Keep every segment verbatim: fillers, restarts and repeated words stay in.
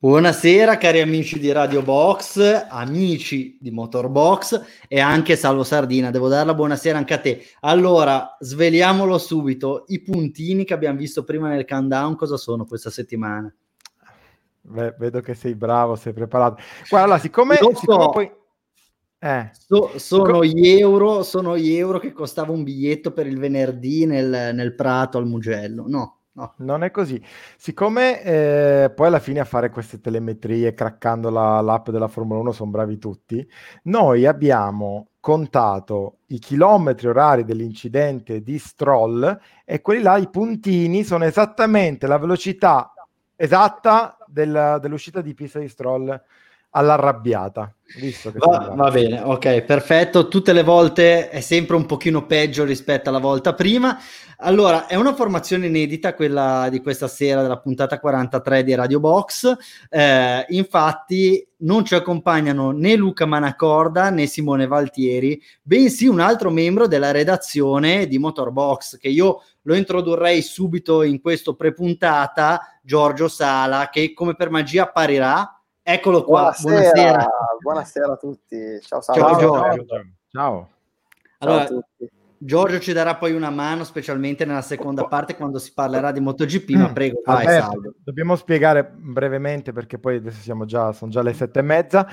Buonasera cari amici di Radio Box, amici di Motorbox e anche Salvo Sardina, devo dare la buonasera anche a te. Allora, sveliamolo subito, i puntini che abbiamo visto prima nel countdown cosa sono questa settimana? Beh, vedo che sei bravo, sei preparato. Guarda, allora, siccome, Lo siccome so, poi... Eh, so- sono siccome... gli euro, sono gli euro che costava un biglietto per il venerdì nel, nel Prato al Mugello, no. No. Non è così. Siccome eh, poi alla fine a fare queste telemetrie, craccando la- l'app della Formula uno, sono bravi tutti, noi abbiamo contato i chilometri orari dell'incidente di Stroll e quelli là, i puntini, sono esattamente la velocità esatta del- dell'uscita di pista di Stroll all'arrabbiata. Visto che sei Va, bravo. va bene, ok, perfetto. Tutte le volte è sempre un pochino peggio rispetto alla volta prima. Allora, è una formazione inedita quella di questa sera della puntata quarantatré di Radio Box. Eh, infatti non ci accompagnano né Luca Manacorda né Simone Valtieri, bensì un altro membro della redazione di Motorbox, che io lo introdurrei subito in questo pre-puntata, Giorgio Sala, che come per magia apparirà. Eccolo qua, Buonasera, buonasera. buonasera a tutti. Ciao, Ciao, Salvo. Giorgio. Ciao. Ciao. Ciao Allora, a tutti. Giorgio ci darà poi una mano, specialmente nella seconda parte quando si parlerà di MotoGP, ma prego, vai, Alberto, Salvo. dobbiamo spiegare brevemente perché poi adesso siamo già, sono già le sette e mezza,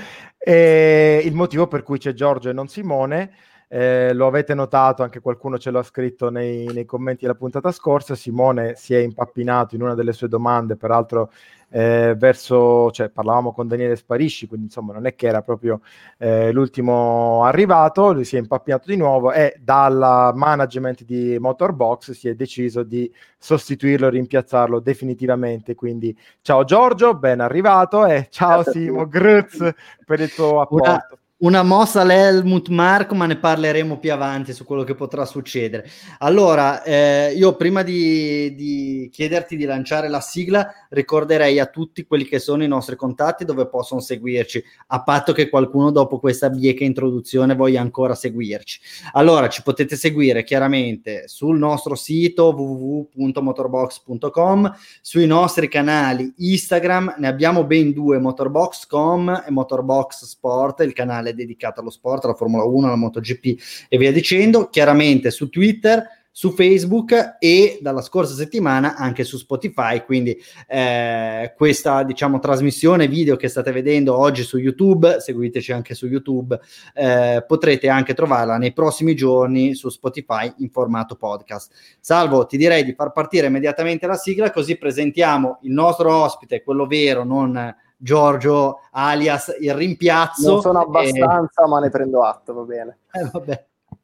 e il motivo per cui c'è Giorgio e non Simone. Eh, lo avete notato, anche qualcuno ce l'ha scritto nei, nei commenti della puntata scorsa. Simone si è impappinato in una delle sue domande, peraltro eh, verso, cioè parlavamo con Daniele Sparisci, quindi insomma non è che era proprio eh, l'ultimo arrivato. Lui si è impappinato di nuovo e dal management di Motorbox si è deciso di sostituirlo, rimpiazzarlo definitivamente. Quindi ciao Giorgio, ben arrivato, e ciao Simo, grazie per il tuo apporto. Una, una mossa all'Helmut Marko, ma ne parleremo più avanti su quello che potrà succedere. Allora, eh, io prima di, di chiederti di lanciare la sigla, ricorderei a tutti quelli che sono i nostri contatti dove possono seguirci, a patto che qualcuno dopo questa bieca introduzione voglia ancora seguirci. Allora, ci potete seguire chiaramente sul nostro sito w w w punto motorbox punto com, sui nostri canali Instagram, ne abbiamo ben due, motorbox punto com e Motorbox Sport, il canale dedicato allo sport, alla Formula uno, alla MotoGP e via dicendo, chiaramente su Twitter, su Facebook e dalla scorsa settimana anche su Spotify. Quindi eh, questa, diciamo, trasmissione video che state vedendo oggi su YouTube, seguiteci anche su YouTube, eh, potrete anche trovarla nei prossimi giorni su Spotify in formato podcast. Salvo, ti direi di far partire immediatamente la sigla, così presentiamo il nostro ospite, quello vero, non Giorgio alias il rimpiazzo. Non sono abbastanza, e... ma ne prendo atto, va bene. Eh, vabbè.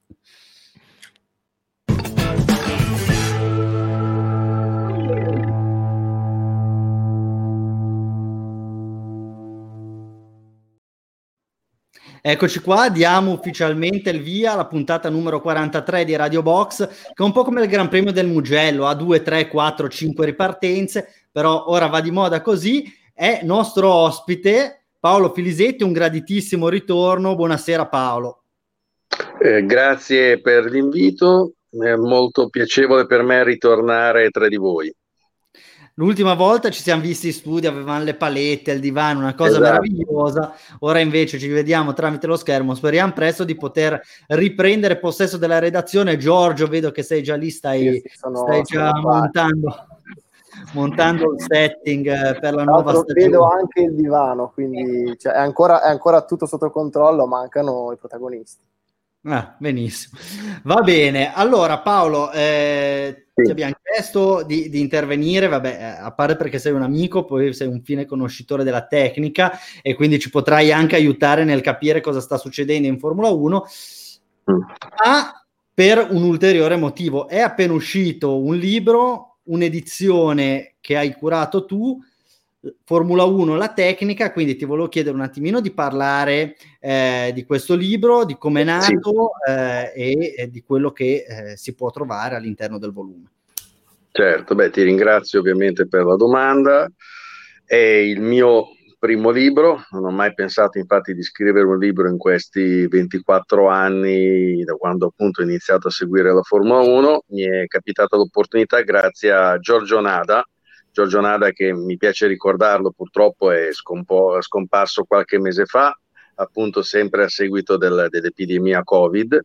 Eccoci qua, diamo ufficialmente il via alla puntata numero quarantatré di Radio Box, che è un po' come il Gran Premio del Mugello, ha due, tre, quattro, cinque ripartenze, però ora va di moda così. È nostro ospite Paolo Filisetti, un graditissimo ritorno. Buonasera Paolo. Eh, grazie per l'invito, è molto piacevole per me ritornare tra di voi. L'ultima volta ci siamo visti in studio, avevamo le palette, il divano, una cosa esatto. meravigliosa. Ora invece ci vediamo tramite lo schermo. Speriamo presto di poter riprendere possesso della redazione. Giorgio, vedo che sei già lì, stai, Sì, sì, sono, stai già sono montando, montando il setting per la nuova stagione. Vedo anche il divano, quindi cioè, è, ancora, è ancora tutto sotto controllo, mancano i protagonisti. Ah, benissimo, va bene. Allora Paolo, eh, sì. ti abbiamo chiesto di, di intervenire, vabbè, eh, a parte perché sei un amico, poi sei un fine conoscitore della tecnica e quindi ci potrai anche aiutare nel capire cosa sta succedendo in Formula uno, mm. ma per un ulteriore motivo. È appena uscito un libro, un'edizione che hai curato tu, Formula uno, la tecnica, quindi ti volevo chiedere un attimino di parlare eh, di questo libro, di come è nato, sì. eh, e, e di quello che eh, si può trovare all'interno del volume. Certo, beh, ti ringrazio ovviamente per la domanda. È il mio primo libro, non ho mai pensato infatti di scrivere un libro in questi ventiquattro anni, da quando appunto ho iniziato a seguire la Formula uno. Mi è capitata l'opportunità grazie a Giorgio Nada, Giorgio Nada, che mi piace ricordarlo, purtroppo è scompo- scomparso qualche mese fa, appunto sempre a seguito del, dell'epidemia Covid.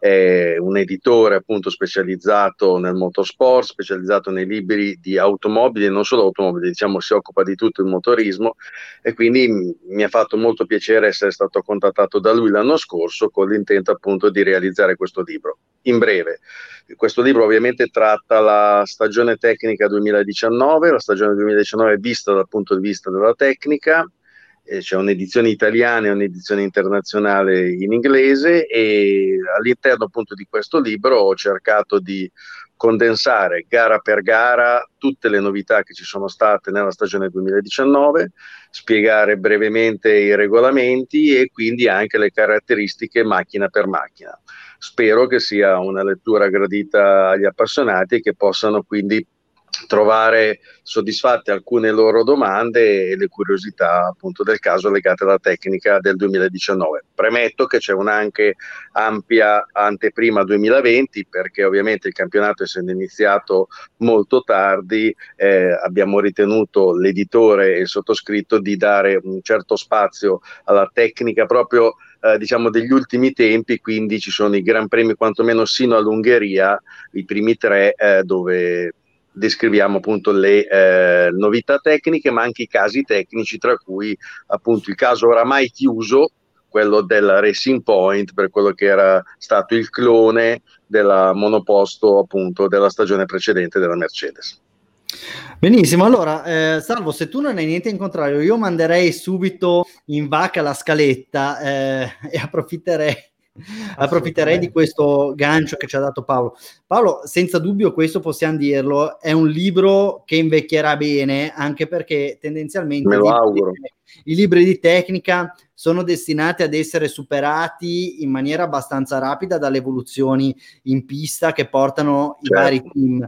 È un editore appunto specializzato nel motorsport, specializzato nei libri di automobili, e non solo automobili, diciamo si occupa di tutto il motorismo, e quindi mi ha fatto molto piacere essere stato contattato da lui l'anno scorso con l'intento appunto di realizzare questo libro. In breve, questo libro ovviamente tratta la stagione tecnica duemiladiciannove, la stagione duemiladiciannove vista dal punto di vista della tecnica. C'è un'edizione italiana e un'edizione internazionale in inglese, e all'interno appunto di questo libro ho cercato di condensare gara per gara tutte le novità che ci sono state nella stagione duemiladiciannove, spiegare brevemente i regolamenti e quindi anche le caratteristiche macchina per macchina. Spero che sia una lettura gradita agli appassionati e che possano quindi trovare soddisfatte alcune loro domande e le curiosità appunto del caso legate alla tecnica del duemiladiciannove. Premetto che c'è un'anche ampia anteprima duemilaventi, perché ovviamente il campionato, essendo iniziato molto tardi, eh, abbiamo ritenuto, l'editore e il sottoscritto, di dare un certo spazio alla tecnica proprio Eh, diciamo degli ultimi tempi, quindi ci sono i Gran Premi quantomeno sino all'Ungheria, i primi tre, eh, dove descriviamo appunto le eh, novità tecniche, ma anche i casi tecnici, tra cui appunto il caso oramai chiuso, quello del Racing Point, per quello che era stato il clone della monoposto appunto della stagione precedente della Mercedes. Benissimo, allora eh, Salvo, se tu non hai niente in contrario, io manderei subito in vacca la scaletta eh, e approfitterei, approfitterei di questo gancio che ci ha dato Paolo. Paolo, senza dubbio questo possiamo dirlo, è un libro che invecchierà bene, anche perché tendenzialmente Me lo i libri, auguro. i libri di tecnica sono destinati ad essere superati in maniera abbastanza rapida dalle evoluzioni in pista che portano i Certo. vari team.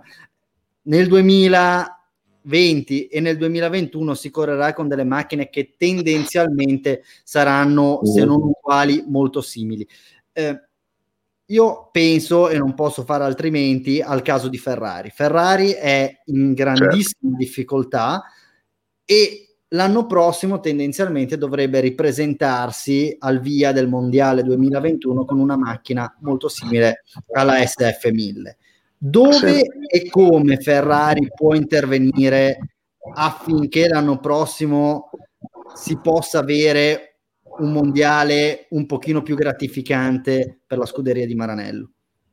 Nel duemilaventi e nel duemilaventuno si correrà con delle macchine che tendenzialmente saranno, mm. se non uguali, molto simili. Eh, io penso, e non posso fare altrimenti, al caso di Ferrari. Ferrari è in grandissima certo. difficoltà, e l'anno prossimo tendenzialmente dovrebbe ripresentarsi al via del Mondiale duemilaventuno con una macchina molto simile alla S F mille. Dove sì. e come Ferrari può intervenire affinché l'anno prossimo si possa avere un mondiale un pochino più gratificante per la scuderia di Maranello?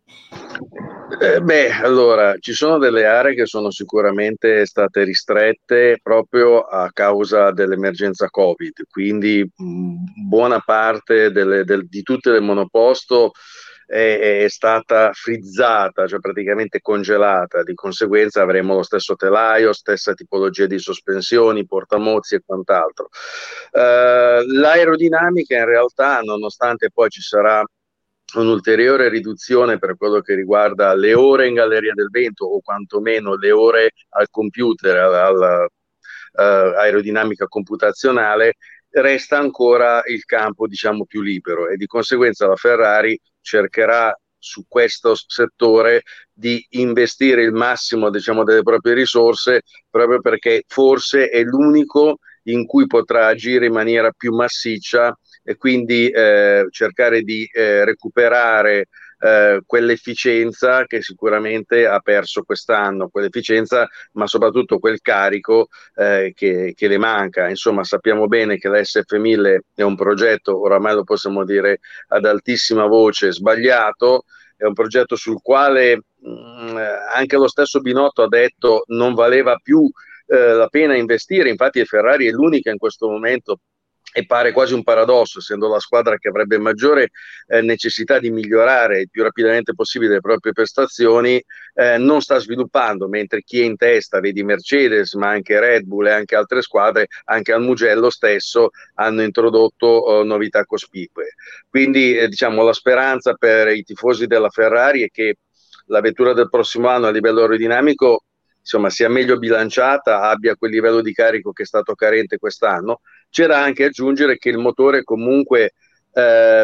Eh, beh, allora, ci sono delle aree che sono sicuramente state ristrette proprio a causa dell'emergenza Covid, quindi mh, buona parte delle, del, di tutte le monoposto è, è stata frizzata, cioè praticamente congelata. Di conseguenza avremo lo stesso telaio, stessa tipologia di sospensioni, portamozzi e quant'altro. Uh, l'aerodinamica in realtà, nonostante poi ci sarà un'ulteriore riduzione per quello che riguarda le ore in galleria del vento, o quantomeno le ore al computer, alla uh, aerodinamica computazionale, resta ancora il campo, diciamo, più libero, e di conseguenza la Ferrari cercherà su questo settore di investire il massimo, diciamo, delle proprie risorse, proprio perché forse è l'unico in cui potrà agire in maniera più massiccia, e quindi eh, cercare di eh, recuperare eh, quell'efficienza che sicuramente ha perso quest'anno, quell'efficienza, ma soprattutto quel carico eh, che, che le manca. Insomma, sappiamo bene che la S F mille è un progetto, oramai lo possiamo dire ad altissima voce, sbagliato. È un progetto sul quale mh, anche lo stesso Binotto ha detto non valeva più eh, la pena investire. Infatti Ferrari è l'unica in questo momento, e pare quasi un paradosso, essendo la squadra che avrebbe maggiore eh, necessità di migliorare il più rapidamente possibile le proprie prestazioni, eh, non sta sviluppando, mentre chi è in testa, vedi Mercedes, ma anche Red Bull e anche altre squadre, anche al Mugello stesso, hanno introdotto eh, novità cospicue. Quindi eh, diciamo la speranza per i tifosi della Ferrari è che la vettura del prossimo anno a livello aerodinamico, insomma, sia meglio bilanciata, abbia quel livello di carico che è stato carente quest'anno. C'è da anche aggiungere che il motore comunque eh,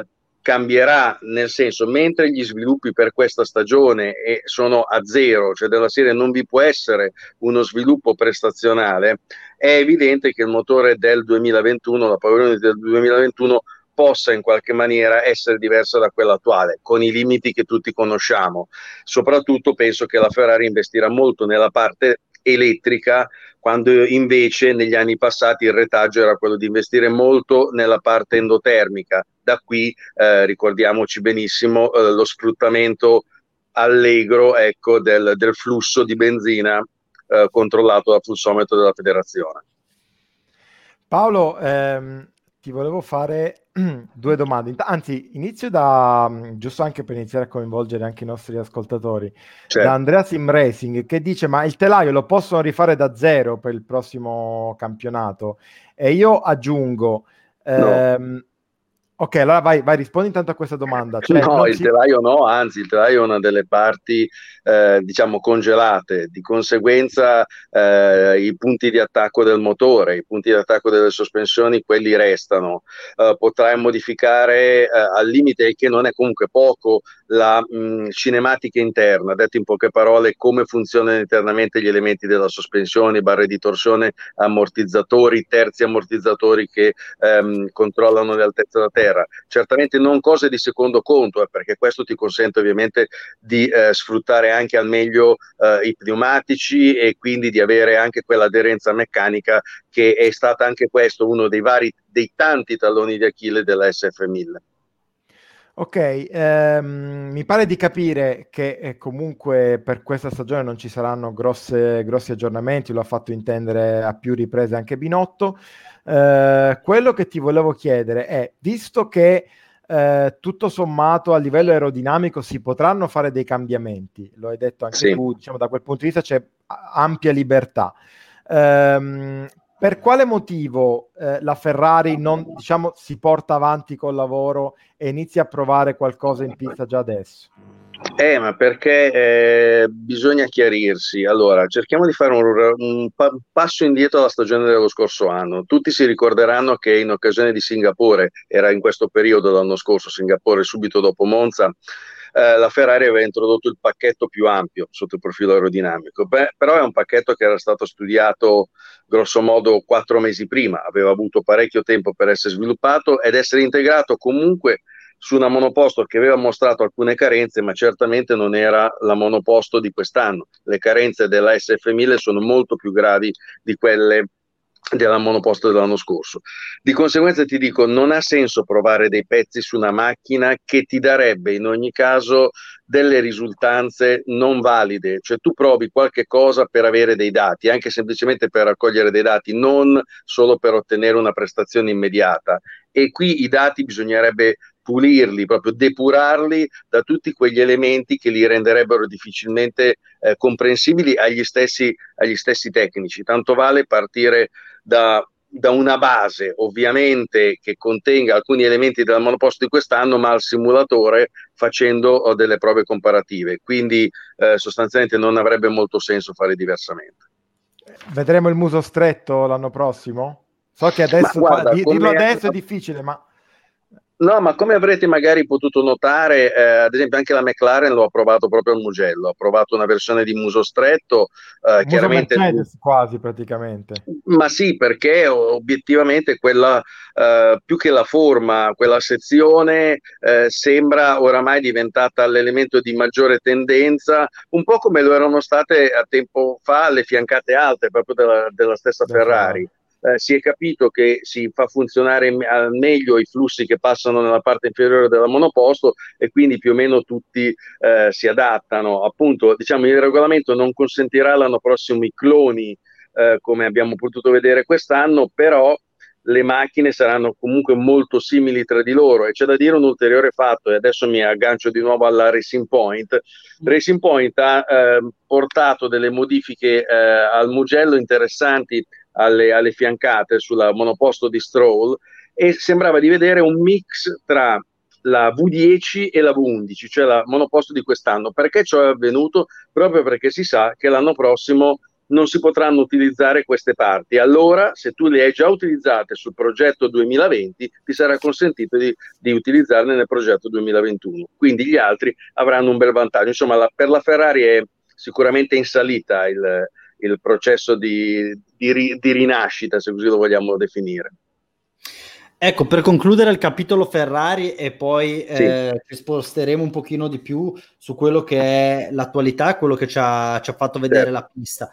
cambierà, nel senso, mentre gli sviluppi per questa stagione eh, sono a zero, cioè della serie non vi può essere uno sviluppo prestazionale, è evidente che il motore del duemilaventuno, la Power Unit del duemilaventuno, possa in qualche maniera essere diversa da quella attuale, con i limiti che tutti conosciamo. Soprattutto penso che la Ferrari investirà molto nella parte elettrica, quando invece negli anni passati il retaggio era quello di investire molto nella parte endotermica. Da qui eh, ricordiamoci benissimo eh, lo sfruttamento allegro, ecco, del, del flusso di benzina eh, controllato dal flussometro della federazione. Paolo, ehm, ti volevo fare due domande. Anzi, inizio da, giusto anche per iniziare a coinvolgere anche i nostri ascoltatori, certo. Da Andrea Sim Racing, che dice: ma il telaio lo possono rifare da zero per il prossimo campionato? E io aggiungo, ehm, no. Ok, allora vai, vai, rispondi intanto a questa domanda. Cioè, no, il si... telaio no, anzi il telaio è una delle parti eh, diciamo congelate, di conseguenza eh, i punti di attacco del motore, i punti di attacco delle sospensioni, quelli restano. Eh, potrai modificare eh, al limite, che non è comunque poco, la mh, cinematica interna, detto in poche parole come funzionano internamente gli elementi della sospensione, barre di torsione, ammortizzatori, terzi ammortizzatori che ehm, controllano le altezze da terra. Certamente non cose di secondo conto, eh, perché questo ti consente ovviamente di eh, sfruttare anche al meglio eh, i pneumatici e quindi di avere anche quell'aderenza meccanica che è stata anche questo uno dei vari, dei tanti talloni di Achille della S F mille. Ok, ehm, mi pare di capire che eh, comunque per questa stagione non ci saranno grosse, grossi aggiornamenti, lo ha fatto intendere a più riprese anche Binotto. Eh, quello che ti volevo chiedere è, visto che eh, tutto sommato a livello aerodinamico si potranno fare dei cambiamenti, lo hai detto anche sì. tu, diciamo da quel punto di vista c'è ampia libertà. Ehm, per quale motivo eh, la Ferrari non, diciamo, si porta avanti col lavoro e inizia a provare qualcosa in pista già adesso? Eh, ma perché eh, bisogna chiarirsi. Allora, cerchiamo di fare un, un, pa- un passo indietro alla stagione dello scorso anno. Tutti si ricorderanno che in occasione di Singapore, era in questo periodo l'anno scorso, Singapore subito dopo Monza, eh, la Ferrari aveva introdotto il pacchetto più ampio sotto il profilo aerodinamico. Beh, però è un pacchetto che era stato studiato grosso modo quattro mesi prima, aveva avuto parecchio tempo per essere sviluppato ed essere integrato comunque su una monoposto che aveva mostrato alcune carenze, ma certamente non era la monoposto di quest'anno. Le carenze della S F mille sono molto più gravi di quelle della monoposto dell'anno scorso. Di conseguenza ti dico, non ha senso provare dei pezzi su una macchina che ti darebbe in ogni caso delle risultanze non valide, cioè tu provi qualche cosa per avere dei dati, anche semplicemente per raccogliere dei dati, non solo per ottenere una prestazione immediata. E qui i dati bisognerebbe pulirli, proprio depurarli da tutti quegli elementi che li renderebbero difficilmente eh, comprensibili agli stessi, agli stessi tecnici. Tanto vale partire da, da una base, ovviamente, che contenga alcuni elementi della monoposto di quest'anno, ma al simulatore facendo oh, delle prove comparative. Quindi eh, sostanzialmente non avrebbe molto senso fare diversamente. Vedremo il muso stretto l'anno prossimo? So che adesso ma guarda, fa, dirlo come... adesso è difficile, ma... No, ma come avrete magari potuto notare, eh, ad esempio anche la McLaren lo ha provato proprio al Mugello, ha provato una versione di muso stretto, eh, muso chiaramente... Mercedes quasi praticamente. Ma sì, perché obiettivamente quella, eh, più che la forma, quella sezione eh, sembra oramai diventata l'elemento di maggiore tendenza, un po' come lo erano state a tempo fa le fiancate alte proprio della, della stessa Ferrari. Eh, si è capito che si fa funzionare al meglio i flussi che passano nella parte inferiore della monoposto e quindi più o meno tutti eh, si adattano. Appunto, diciamo, il regolamento non consentirà l'anno prossimo i cloni eh, come abbiamo potuto vedere quest'anno, però le macchine saranno comunque molto simili tra di loro e c'è da dire un ulteriore fatto, e adesso mi aggancio di nuovo alla Racing Point. Racing Point ha eh, portato delle modifiche eh, al Mugello interessanti alle, alle fiancate sulla monoposto di Stroll e sembrava di vedere un mix tra la V dieci e la V undici, cioè la monoposto di quest'anno. Perché ciò è avvenuto? Proprio perché si sa che l'anno prossimo non si potranno utilizzare queste parti. Allora, se tu le hai già utilizzate sul progetto duemilaventi, ti sarà consentito di, di utilizzarle nel progetto duemilaventuno. Quindi gli altri avranno un bel vantaggio. Insomma, la, per la Ferrari è sicuramente in salita il, il processo di, di, di rinascita, se così lo vogliamo definire. Ecco, per concludere il capitolo Ferrari e poi sì. eh, ci sposteremo un pochino di più su quello che è l'attualità, quello che ci ha, ci ha fatto vedere certo. la pista.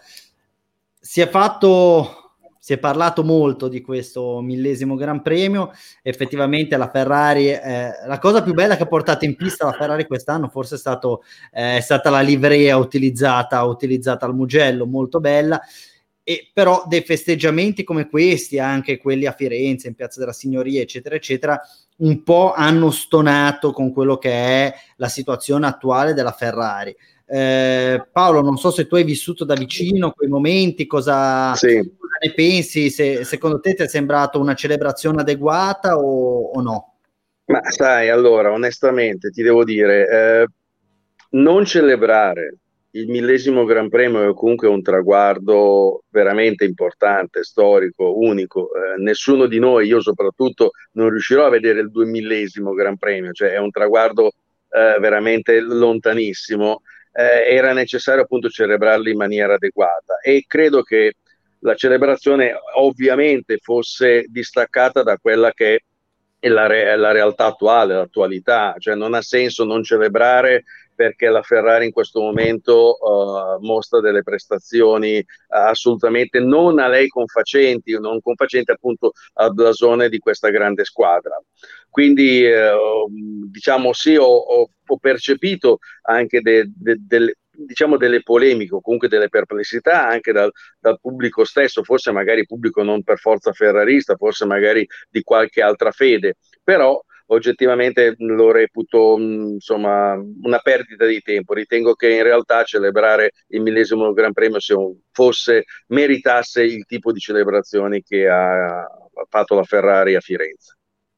Si è fatto, si è parlato molto di questo millesimo Gran Premio, effettivamente la Ferrari, eh, la cosa più bella che ha portato in pista la Ferrari quest'anno forse è, stato, eh, è stata la livrea utilizzata, utilizzata al Mugello, molto bella. E però dei festeggiamenti come questi, anche quelli a Firenze, in Piazza della Signoria, eccetera, eccetera, un po' hanno stonato con quello che è la situazione attuale della Ferrari. Eh, Paolo, non so se tu hai vissuto da vicino quei momenti, cosa, sì. cosa ne pensi? Se, secondo te ti è sembrato una celebrazione adeguata o, o no? Ma sai, allora, onestamente ti devo dire, eh, non celebrare il millesimo Gran Premio è comunque un traguardo veramente importante, storico, unico. Eh, nessuno di noi, io soprattutto, non riuscirò a vedere il duemillesimo Gran Premio, cioè è un traguardo eh, veramente lontanissimo. Eh, era necessario appunto celebrarli in maniera adeguata e credo che la celebrazione ovviamente fosse distaccata da quella che è la, re- la realtà attuale, l'attualità, cioè non ha senso non celebrare perché la Ferrari in questo momento uh, mostra delle prestazioni uh, assolutamente non a lei confacenti, non confacenti appunto al blasone di questa grande squadra. Quindi uh, diciamo sì, ho, ho, ho percepito anche de, de, de, diciamo delle polemiche o comunque delle perplessità anche dal, dal pubblico stesso, forse magari pubblico non per forza ferrarista, forse magari di qualche altra fede, però oggettivamente lo reputo insomma una perdita di tempo. Ritengo che in realtà celebrare il millesimo Gran Premio sia un, fosse meritasse il tipo di celebrazioni che ha fatto la Ferrari a Firenze.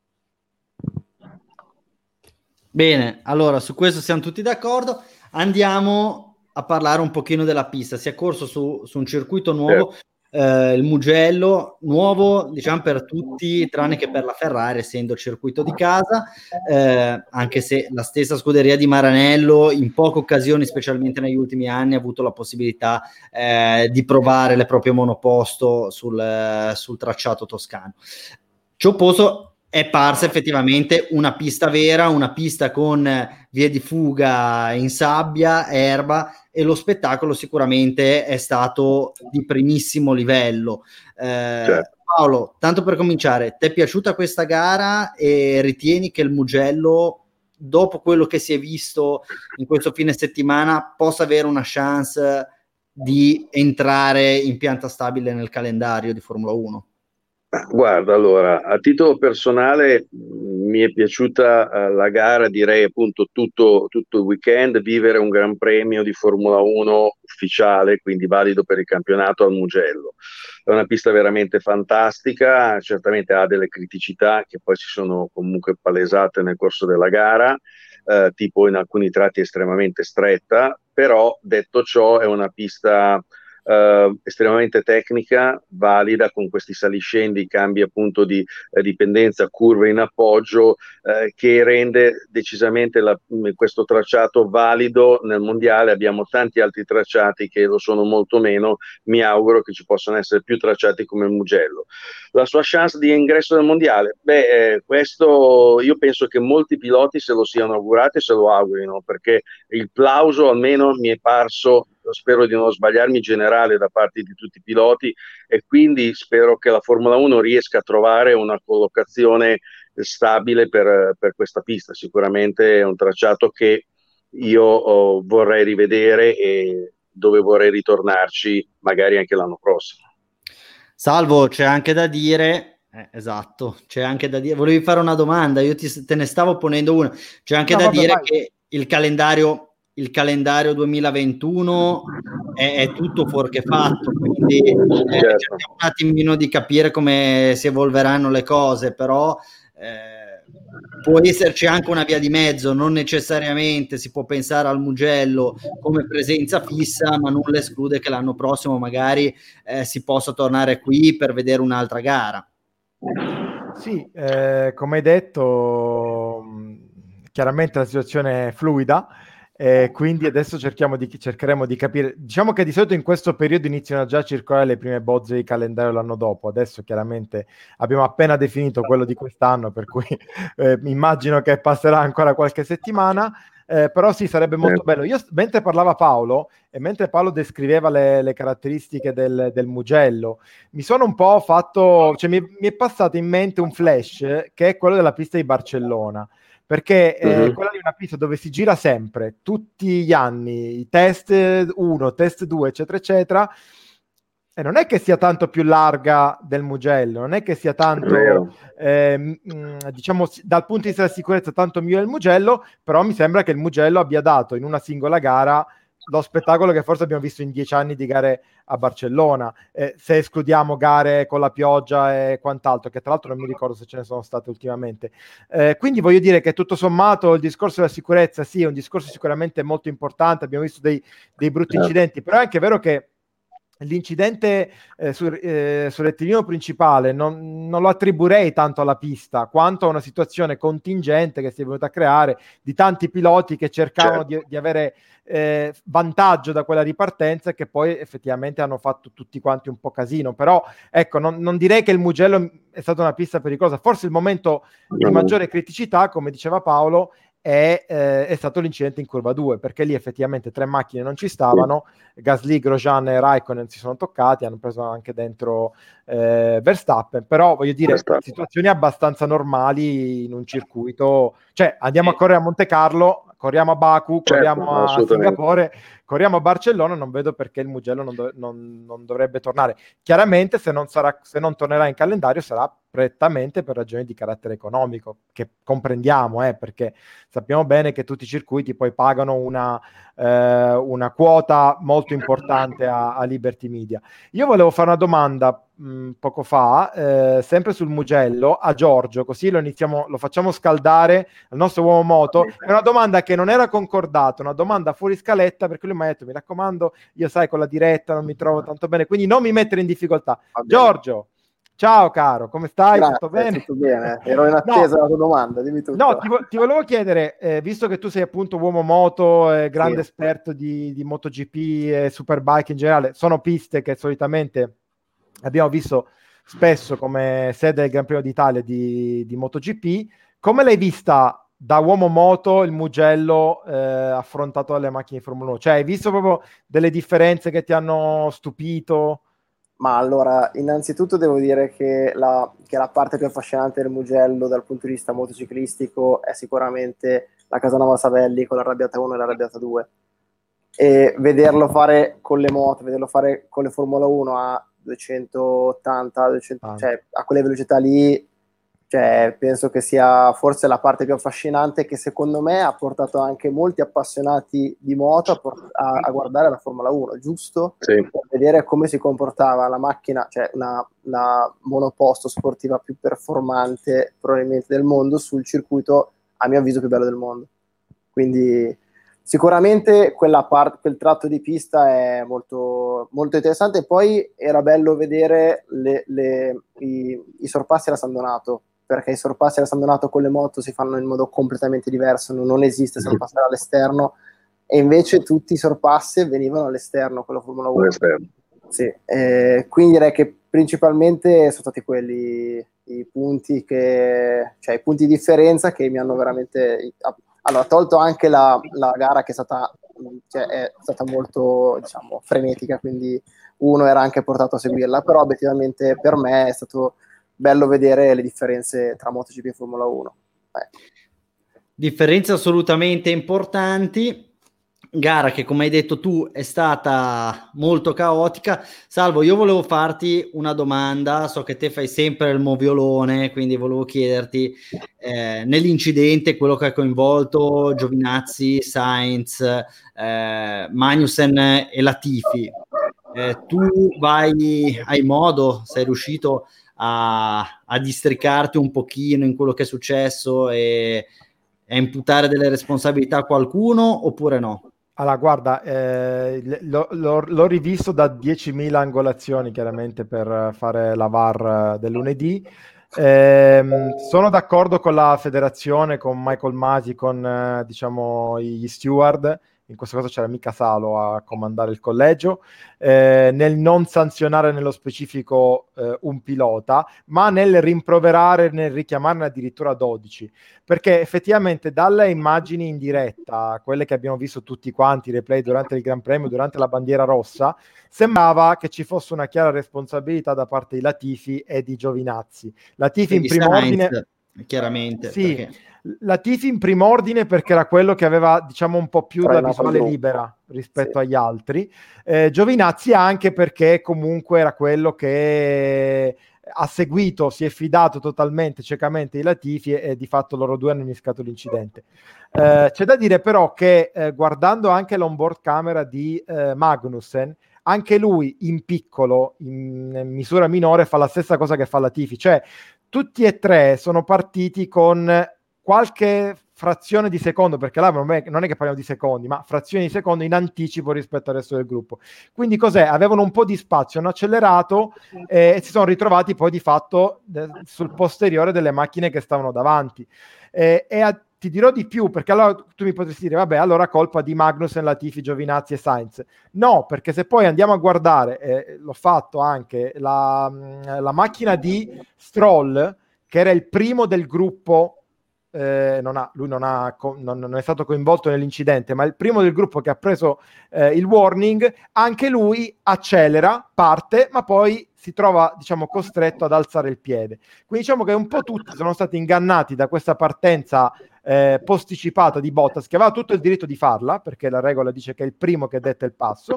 Bene, allora su questo siamo tutti d'accordo. Andiamo a parlare un pochino della pista. Si è corso su, su un circuito nuovo, certo. eh, il Mugello, nuovo diciamo per tutti tranne che per la Ferrari, essendo il circuito di casa, eh, anche se la stessa scuderia di Maranello in poche occasioni, specialmente negli ultimi anni, ha avuto la possibilità eh, di provare le proprie monoposto sul, eh, sul tracciato toscano. Cioposo è parsa effettivamente una pista vera, una pista con vie di fuga in sabbia, erba, e lo spettacolo sicuramente è stato di primissimo livello. Eh, certo. Paolo, tanto per cominciare, ti è piaciuta questa gara e ritieni che il Mugello, dopo quello che si è visto in questo fine settimana, possa avere una chance di entrare in pianta stabile nel calendario di Formula uno? Guarda, allora, a titolo personale mh, mi è piaciuta uh, la gara, direi appunto tutto, tutto il weekend, vivere un Gran Premio di Formula uno ufficiale, quindi valido per il campionato al Mugello. È una pista veramente fantastica, certamente ha delle criticità che poi si sono comunque palesate nel corso della gara, eh, tipo in alcuni tratti estremamente stretta, però detto ciò è una pista Uh, estremamente tecnica, valida, con questi saliscendi, cambi appunto di eh, dipendenza, curve in appoggio, eh, che rende decisamente la, questo tracciato valido nel mondiale. Abbiamo tanti altri tracciati che lo sono molto meno, mi auguro che ci possano essere più tracciati come il Mugello. La sua chance di ingresso nel mondiale? Beh, eh, questo io penso che molti piloti se lo siano augurati e se lo augurino, perché il plauso almeno mi è parso, spero di non sbagliarmi, generale da parte di tutti i piloti, e quindi spero che la Formula uno riesca a trovare una collocazione stabile per, per questa pista. Sicuramente è un tracciato che io oh, vorrei rivedere e dove vorrei ritornarci magari anche l'anno prossimo. Salvo, c'è anche da dire, eh, esatto, c'è anche da dire, volevi fare una domanda, io ti, te ne stavo ponendo una, c'è anche no, da vabbè, dire vai. Che il calendario il calendario duemilaventuno è, è tutto fuorché fatto, quindi eh, certo. Cerchiamo un attimino di capire come si evolveranno le cose, però eh, può esserci anche una via di mezzo, non necessariamente si può pensare al Mugello come presenza fissa, ma nulla esclude che l'anno prossimo magari eh, si possa tornare qui per vedere un'altra gara. Sì, eh, come hai detto, mh, chiaramente la situazione è fluida, eh, quindi adesso cerchiamo di, cercheremo di capire. Diciamo che di solito in questo periodo iniziano già a circolare le prime bozze di calendario l'anno dopo. Adesso chiaramente abbiamo appena definito quello di quest'anno, per cui eh, immagino che passerà ancora qualche settimana. Eh, però sì, sarebbe molto bello. Io, mentre parlava Paolo e mentre Paolo descriveva le, le caratteristiche del, del Mugello, mi sono un po' fatto, cioè mi, mi è passato in mente un flash che è quello della pista di Barcellona, perché è Mhm. quella di una pista dove si gira sempre, tutti gli anni, i test uno, test due, eccetera, eccetera. E non è che sia tanto più larga del Mugello, non è che sia tanto, eh, mh, diciamo, dal punto di vista della sicurezza, tanto meglio del Mugello, però mi sembra che il Mugello abbia dato in una singola gara lo spettacolo che forse abbiamo visto in dieci anni di gare a Barcellona, eh, se escludiamo gare con la pioggia e quant'altro, che tra l'altro non mi ricordo se ce ne sono state ultimamente. Eh, quindi voglio dire che tutto sommato il discorso della sicurezza sì, è un discorso sicuramente molto importante, abbiamo visto dei, dei brutti incidenti, però è anche vero che l'incidente eh, sul, eh, sul rettilineo principale non, non lo attribuirei tanto alla pista quanto a una situazione contingente che si è venuta a creare di tanti piloti che cercavano certo. di, di avere eh, vantaggio da quella ripartenza e che poi effettivamente hanno fatto tutti quanti un po' casino. Però ecco, non, non direi che il Mugello è stata una pista pericolosa. Forse il momento di maggiore criticità, come diceva Paolo, È, eh, è stato l'incidente in curva due, perché lì effettivamente tre macchine non ci stavano, Gasly, Grosjean e Raikkonen si sono toccati, hanno preso anche dentro eh, Verstappen, però voglio dire, Verstappen. Situazioni abbastanza normali in un circuito, cioè andiamo a correre a Monte Carlo, corriamo a Baku, corriamo certo, a Singapore, corriamo a Barcellona, non vedo perché il Mugello non, do- non, non dovrebbe tornare. Chiaramente se non, sarà, se non tornerà in calendario sarà prettamente per ragioni di carattere economico, che comprendiamo, eh, perché sappiamo bene che tutti i circuiti poi pagano una, eh, una quota molto importante a, a Liberty Media. Io volevo fare una domanda mh, poco fa, eh, sempre sul Mugello, a Giorgio, così lo iniziamo, lo facciamo scaldare al nostro uomo moto. È una domanda che non era concordata, una domanda fuori scaletta, perché lui mi ha detto, mi raccomando, io sai con la diretta non mi trovo tanto bene, quindi non mi mettere in difficoltà. Giorgio, ciao caro, come stai? Grazie, tutto bene? Tutto bene, ero in attesa no, della tua domanda, dimmi tutto. No, ti, vo- ti volevo chiedere, eh, visto che tu sei appunto uomo moto, eh, grande sì. esperto di, di MotoGP e Superbike in generale, sono piste che solitamente abbiamo visto spesso come sede del Gran Premio d'Italia di, di MotoGP. Come l'hai vista da uomo moto il Mugello eh, affrontato dalle macchine di Formula uno? Cioè, hai visto proprio delle differenze che ti hanno stupito? Ma allora, innanzitutto devo dire che la, che la parte più affascinante del Mugello dal punto di vista motociclistico è sicuramente la Casanova Savelli con l'Arrabbiata uno e l'Arrabbiata due. E vederlo fare con le moto, vederlo fare con le Formula uno a duecentottanta, duecento, ah. cioè a quelle velocità lì, cioè, penso che sia forse la parte più affascinante, che secondo me ha portato anche molti appassionati di moto a, port- a, a guardare la Formula uno, giusto? Sì. Per vedere come si comportava la macchina, cioè una, una monoposto sportiva più performante probabilmente del mondo sul circuito, a mio avviso, più bello del mondo. Quindi sicuramente quella part- quel tratto di pista è molto, molto interessante. E poi era bello vedere le, le, i, i sorpassi alla San Donato, perché i sorpassi alla San Donato con le moto si fanno in modo completamente diverso, non, non esiste sorpassare all'esterno, e invece tutti i sorpassi venivano all'esterno con la Formula uno. Sì, eh, quindi direi che principalmente sono stati quelli i punti che, cioè i punti di differenza che mi hanno veramente... Allora, tolto anche la, la gara che è stata, cioè, è stata molto, diciamo, frenetica, quindi uno era anche portato a seguirla, però obiettivamente per me è stato bello vedere le differenze tra MotoGP e Formula uno. Eh. Differenze assolutamente importanti. Gara che, come hai detto tu, è stata molto caotica. Salvo, io volevo farti una domanda, so che te fai sempre il moviolone, quindi volevo chiederti, eh, nell'incidente, quello che ha coinvolto Giovinazzi, Sainz, eh, Magnussen e Latifi, eh, tu vai, hai modo, sei riuscito a, a districarti un pochino in quello che è successo e a imputare delle responsabilità a qualcuno oppure no? Allora, guarda, eh, l'ho, l'ho, l'ho rivisto da diecimila angolazioni, chiaramente, per fare la V A R del lunedì. Eh, sono d'accordo con la federazione, con Michael Masi, con eh, diciamo gli steward. In questo caso c'era Mika Salo a comandare il collegio, eh, nel non sanzionare nello specifico eh, un pilota, ma nel rimproverare, nel richiamarne addirittura dodici, perché effettivamente dalle immagini in diretta, quelle che abbiamo visto tutti quanti, i replay durante il Gran Premio, durante la bandiera rossa, sembrava che ci fosse una chiara responsabilità da parte di Latifi e di Giovinazzi. Latifi in primo ordine, chiaramente, sì, perché... Latifi in primo ordine perché era quello che aveva, diciamo, un po' più la visuale libera rispetto sì. agli altri. Eh, Giovinazzi anche perché comunque era quello che ha seguito, si è fidato totalmente, ciecamente di Latifi e, e di fatto loro due hanno innescato l'incidente. Eh, c'è da dire però che eh, guardando anche l'onboard camera di eh, Magnussen, anche lui in piccolo, in, in misura minore, fa la stessa cosa che fa Latifi, cioè tutti e tre sono partiti con qualche frazione di secondo, perché là non è, non è che parliamo di secondi, ma frazioni di secondo in anticipo rispetto al resto del gruppo. Quindi cos'è? Avevano un po' di spazio, hanno accelerato eh, e si sono ritrovati poi di fatto eh, sul posteriore delle macchine che stavano davanti. Eh, e a, ti dirò di più, perché allora tu mi potresti dire, vabbè, allora colpa di Magnussen, Latifi, Giovinazzi e Sainz. No, perché se poi andiamo a guardare, eh, l'ho fatto anche, la, la macchina di Stroll, che era il primo del gruppo, Eh, non ha, lui non, ha, non, non è stato coinvolto nell'incidente, ma il primo del gruppo che ha preso eh, il warning, anche lui accelera, parte, ma poi si trova, diciamo, costretto ad alzare il piede. Quindi diciamo che un po' tutti sono stati ingannati da questa partenza eh, posticipata di Bottas, che aveva tutto il diritto di farla, perché la regola dice che è il primo che detta il passo,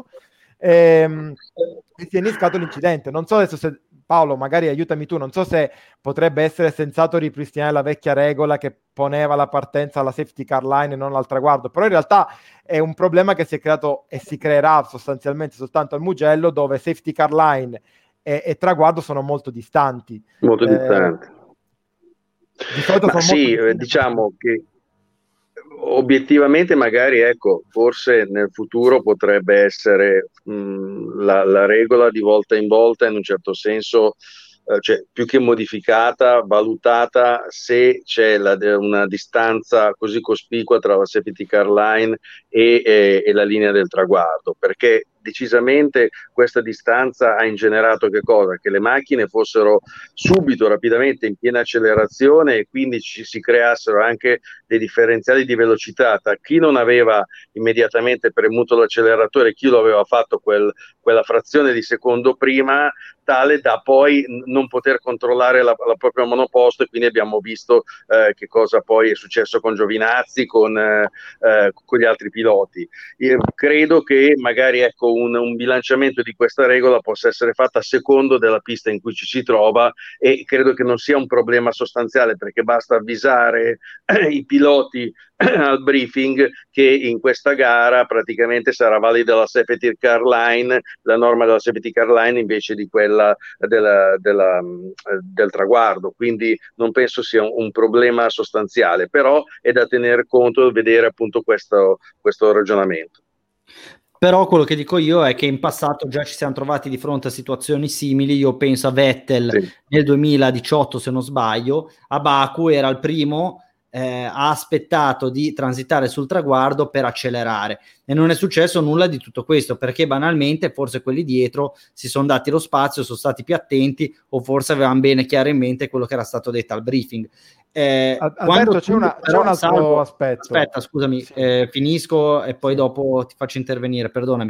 ehm, e si è innescato l'incidente. Non so adesso se Paolo, magari aiutami tu, non so se potrebbe essere sensato ripristinare la vecchia regola che poneva la partenza alla safety car line e non al traguardo, però in realtà è un problema che si è creato e si creerà sostanzialmente soltanto al Mugello, dove safety car line e, e traguardo sono molto distanti. Molto eh, distanti. Di solito sono sì, molto diciamo che obiettivamente magari, ecco, forse nel futuro potrebbe essere mh, la, la regola di volta in volta, in un certo senso, eh, cioè più che modificata, valutata se c'è la, una distanza così cospicua tra la safety car line e, e, e la linea del traguardo, perché decisamente questa distanza ha ingenerato che cosa? Che le macchine fossero subito, rapidamente in piena accelerazione e quindi ci si creassero anche dei differenziali di velocità tra chi non aveva immediatamente premuto l'acceleratore e chi lo aveva fatto quel, quella frazione di secondo prima, tale da poi non poter controllare la, la propria monoposto, e quindi abbiamo visto eh, che cosa poi è successo con Giovinazzi, con, eh, con gli altri piloti. Io credo che magari ecco un, un bilanciamento di questa regola possa essere fatta a secondo della pista in cui ci si trova, e credo che non sia un problema sostanziale, perché basta avvisare eh, i piloti al briefing che in questa gara praticamente sarà valida la safety car line, la norma della safety car line invece di quella della, della, del traguardo, quindi non penso sia un, un problema sostanziale, però è da tenere conto e vedere appunto questo, questo ragionamento. Però quello che dico io è che in passato già ci siamo trovati di fronte a situazioni simili. Io penso a Vettel sì. nel duemiladiciotto, se non sbaglio, a Baku era il primo, eh, ha aspettato di transitare sul traguardo per accelerare e non è successo nulla di tutto questo, perché banalmente forse quelli dietro si sono dati lo spazio, sono stati più attenti, o forse avevano bene chiaro in mente quello che era stato detto al briefing. Eh, Alberto, c'è, una, c'è un altro salvo, aspetto. Aspetta, scusami, sì. eh, finisco e poi sì. dopo ti faccio intervenire, perdonami.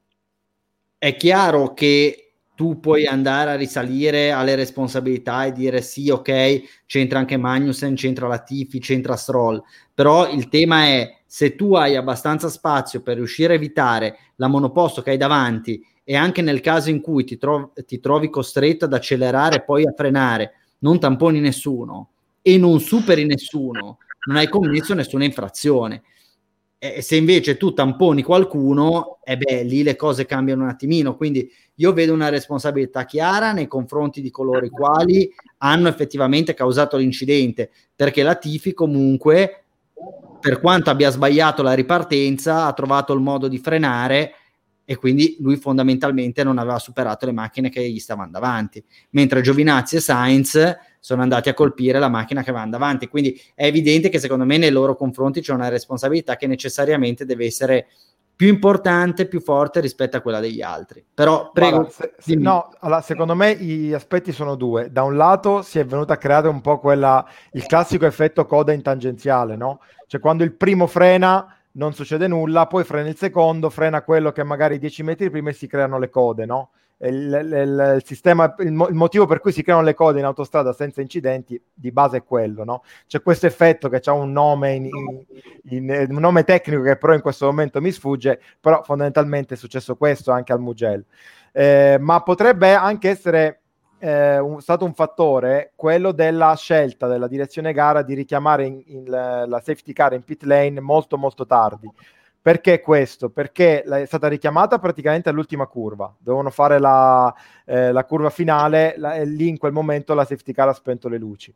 È chiaro che tu puoi andare a risalire alle responsabilità e dire sì, ok, c'entra anche Magnussen, c'entra Latifi, c'entra Stroll, però il tema è: se tu hai abbastanza spazio per riuscire a evitare la monoposto che hai davanti, e anche nel caso in cui ti, tro- ti trovi costretto ad accelerare e poi a frenare, non tamponi nessuno e non superi nessuno, non hai commesso nessuna infrazione. E se invece tu tamponi qualcuno, e eh beh, lì le cose cambiano un attimino. Quindi io vedo una responsabilità chiara nei confronti di coloro i quali hanno effettivamente causato l'incidente, perché Latifi comunque, per quanto abbia sbagliato la ripartenza, ha trovato il modo di frenare, e quindi lui fondamentalmente non aveva superato le macchine che gli stavano davanti, mentre Giovinazzi e Sainz sono andati a colpire la macchina che va davanti. Quindi è evidente che secondo me nei loro confronti c'è una responsabilità che necessariamente deve essere più importante, più forte rispetto a quella degli altri. Però prego. Guarda, se, se, no, allora, secondo me gli aspetti sono due. Da un lato si è venuta a creare un po' quella, il classico effetto coda in tangenziale, no? Cioè quando il primo frena non succede nulla, poi frena il secondo, frena quello che magari dieci metri prima e si creano le code, no? Il, il, il sistema, il, il motivo per cui si creano le code in autostrada senza incidenti di base è quello, no? C'è questo effetto che ha un nome in, in, in, un nome tecnico che però in questo momento mi sfugge, però fondamentalmente è successo questo anche al Mugello, eh, ma potrebbe anche essere eh, un, stato un fattore quello della scelta della direzione gara di richiamare in, in la, la safety car in pit lane molto molto tardi. Perché questo? Perché è stata richiamata praticamente all'ultima curva, dovevano fare la, eh, la curva finale, la, e lì in quel momento la safety car ha spento le luci.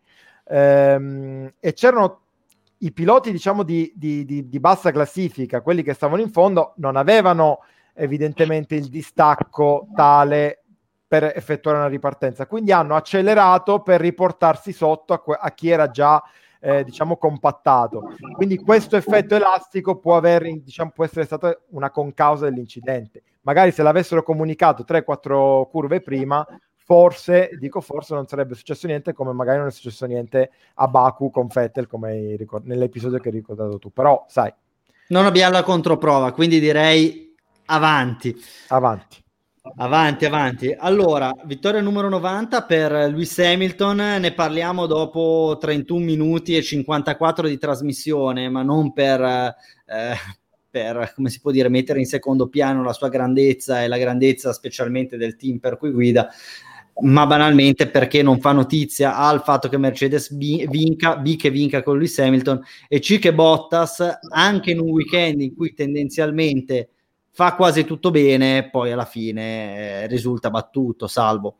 Ehm, e c'erano i piloti, diciamo, di, di, di, di bassa classifica, quelli che stavano in fondo, non avevano evidentemente il distacco tale per effettuare una ripartenza, quindi hanno accelerato per riportarsi sotto a, que- a chi era già Eh, diciamo compattato. Quindi questo effetto elastico può aver, diciamo, può essere stata una concausa dell'incidente. Magari se l'avessero comunicato tre quattro curve prima, forse, dico forse, non sarebbe successo niente, come magari non è successo niente a Baku con Vettel, come ricor- nell'episodio che hai ricordato tu. Però, sai, non abbiamo la controprova, quindi direi avanti. Avanti. Avanti, avanti. Allora, vittoria numero novanta per Lewis Hamilton, ne parliamo dopo trentuno minuti e cinquantaquattro di trasmissione, ma non per, eh, per, come si può dire, mettere in secondo piano la sua grandezza e la grandezza specialmente del team per cui guida, ma banalmente perché non fa notizia A il fatto che Mercedes vinca, B che vinca con Lewis Hamilton, e C che Bottas, anche in un weekend in cui tendenzialmente fa quasi tutto bene, poi alla fine eh, risulta battuto, salvo.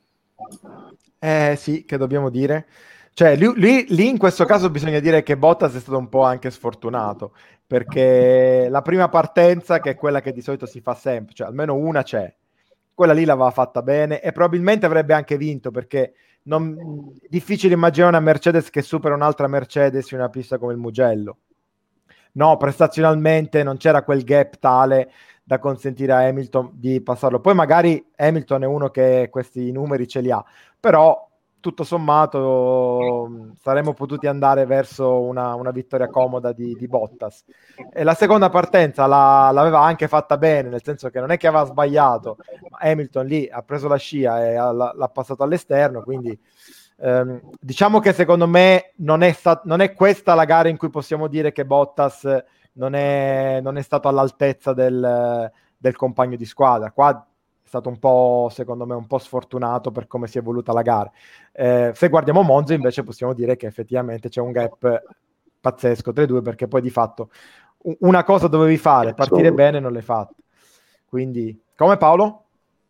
Eh sì, che dobbiamo dire? Cioè, lui, lui, lì in questo caso bisogna dire che Bottas è stato un po' anche sfortunato, perché la prima partenza, che è quella che di solito si fa sempre, cioè almeno una c'è, quella lì l'aveva fatta bene e probabilmente avrebbe anche vinto, perché non, difficile immaginare una Mercedes che supera un'altra Mercedes in una pista come il Mugello. No, prestazionalmente non c'era quel gap tale da consentire a Hamilton di passarlo. Poi magari Hamilton è uno che questi numeri ce li ha, però tutto sommato saremmo potuti andare verso una, una vittoria comoda di, di Bottas. E la seconda partenza la, l'aveva anche fatta bene, nel senso che non è che aveva sbagliato, ma Hamilton lì ha preso la scia e ha, l'ha passato all'esterno, quindi ehm, diciamo che secondo me non è, stat- non è questa la gara in cui possiamo dire che Bottas non è, non è stato all'altezza del, del compagno di squadra. Qua è stato un po', secondo me, un po' sfortunato per come si è evoluta la gara. Eh, se guardiamo Monza invece possiamo dire che effettivamente c'è un gap pazzesco tra i due, perché poi di fatto una cosa dovevi fare, partire bene, non l'hai fatta. Quindi, come Paolo?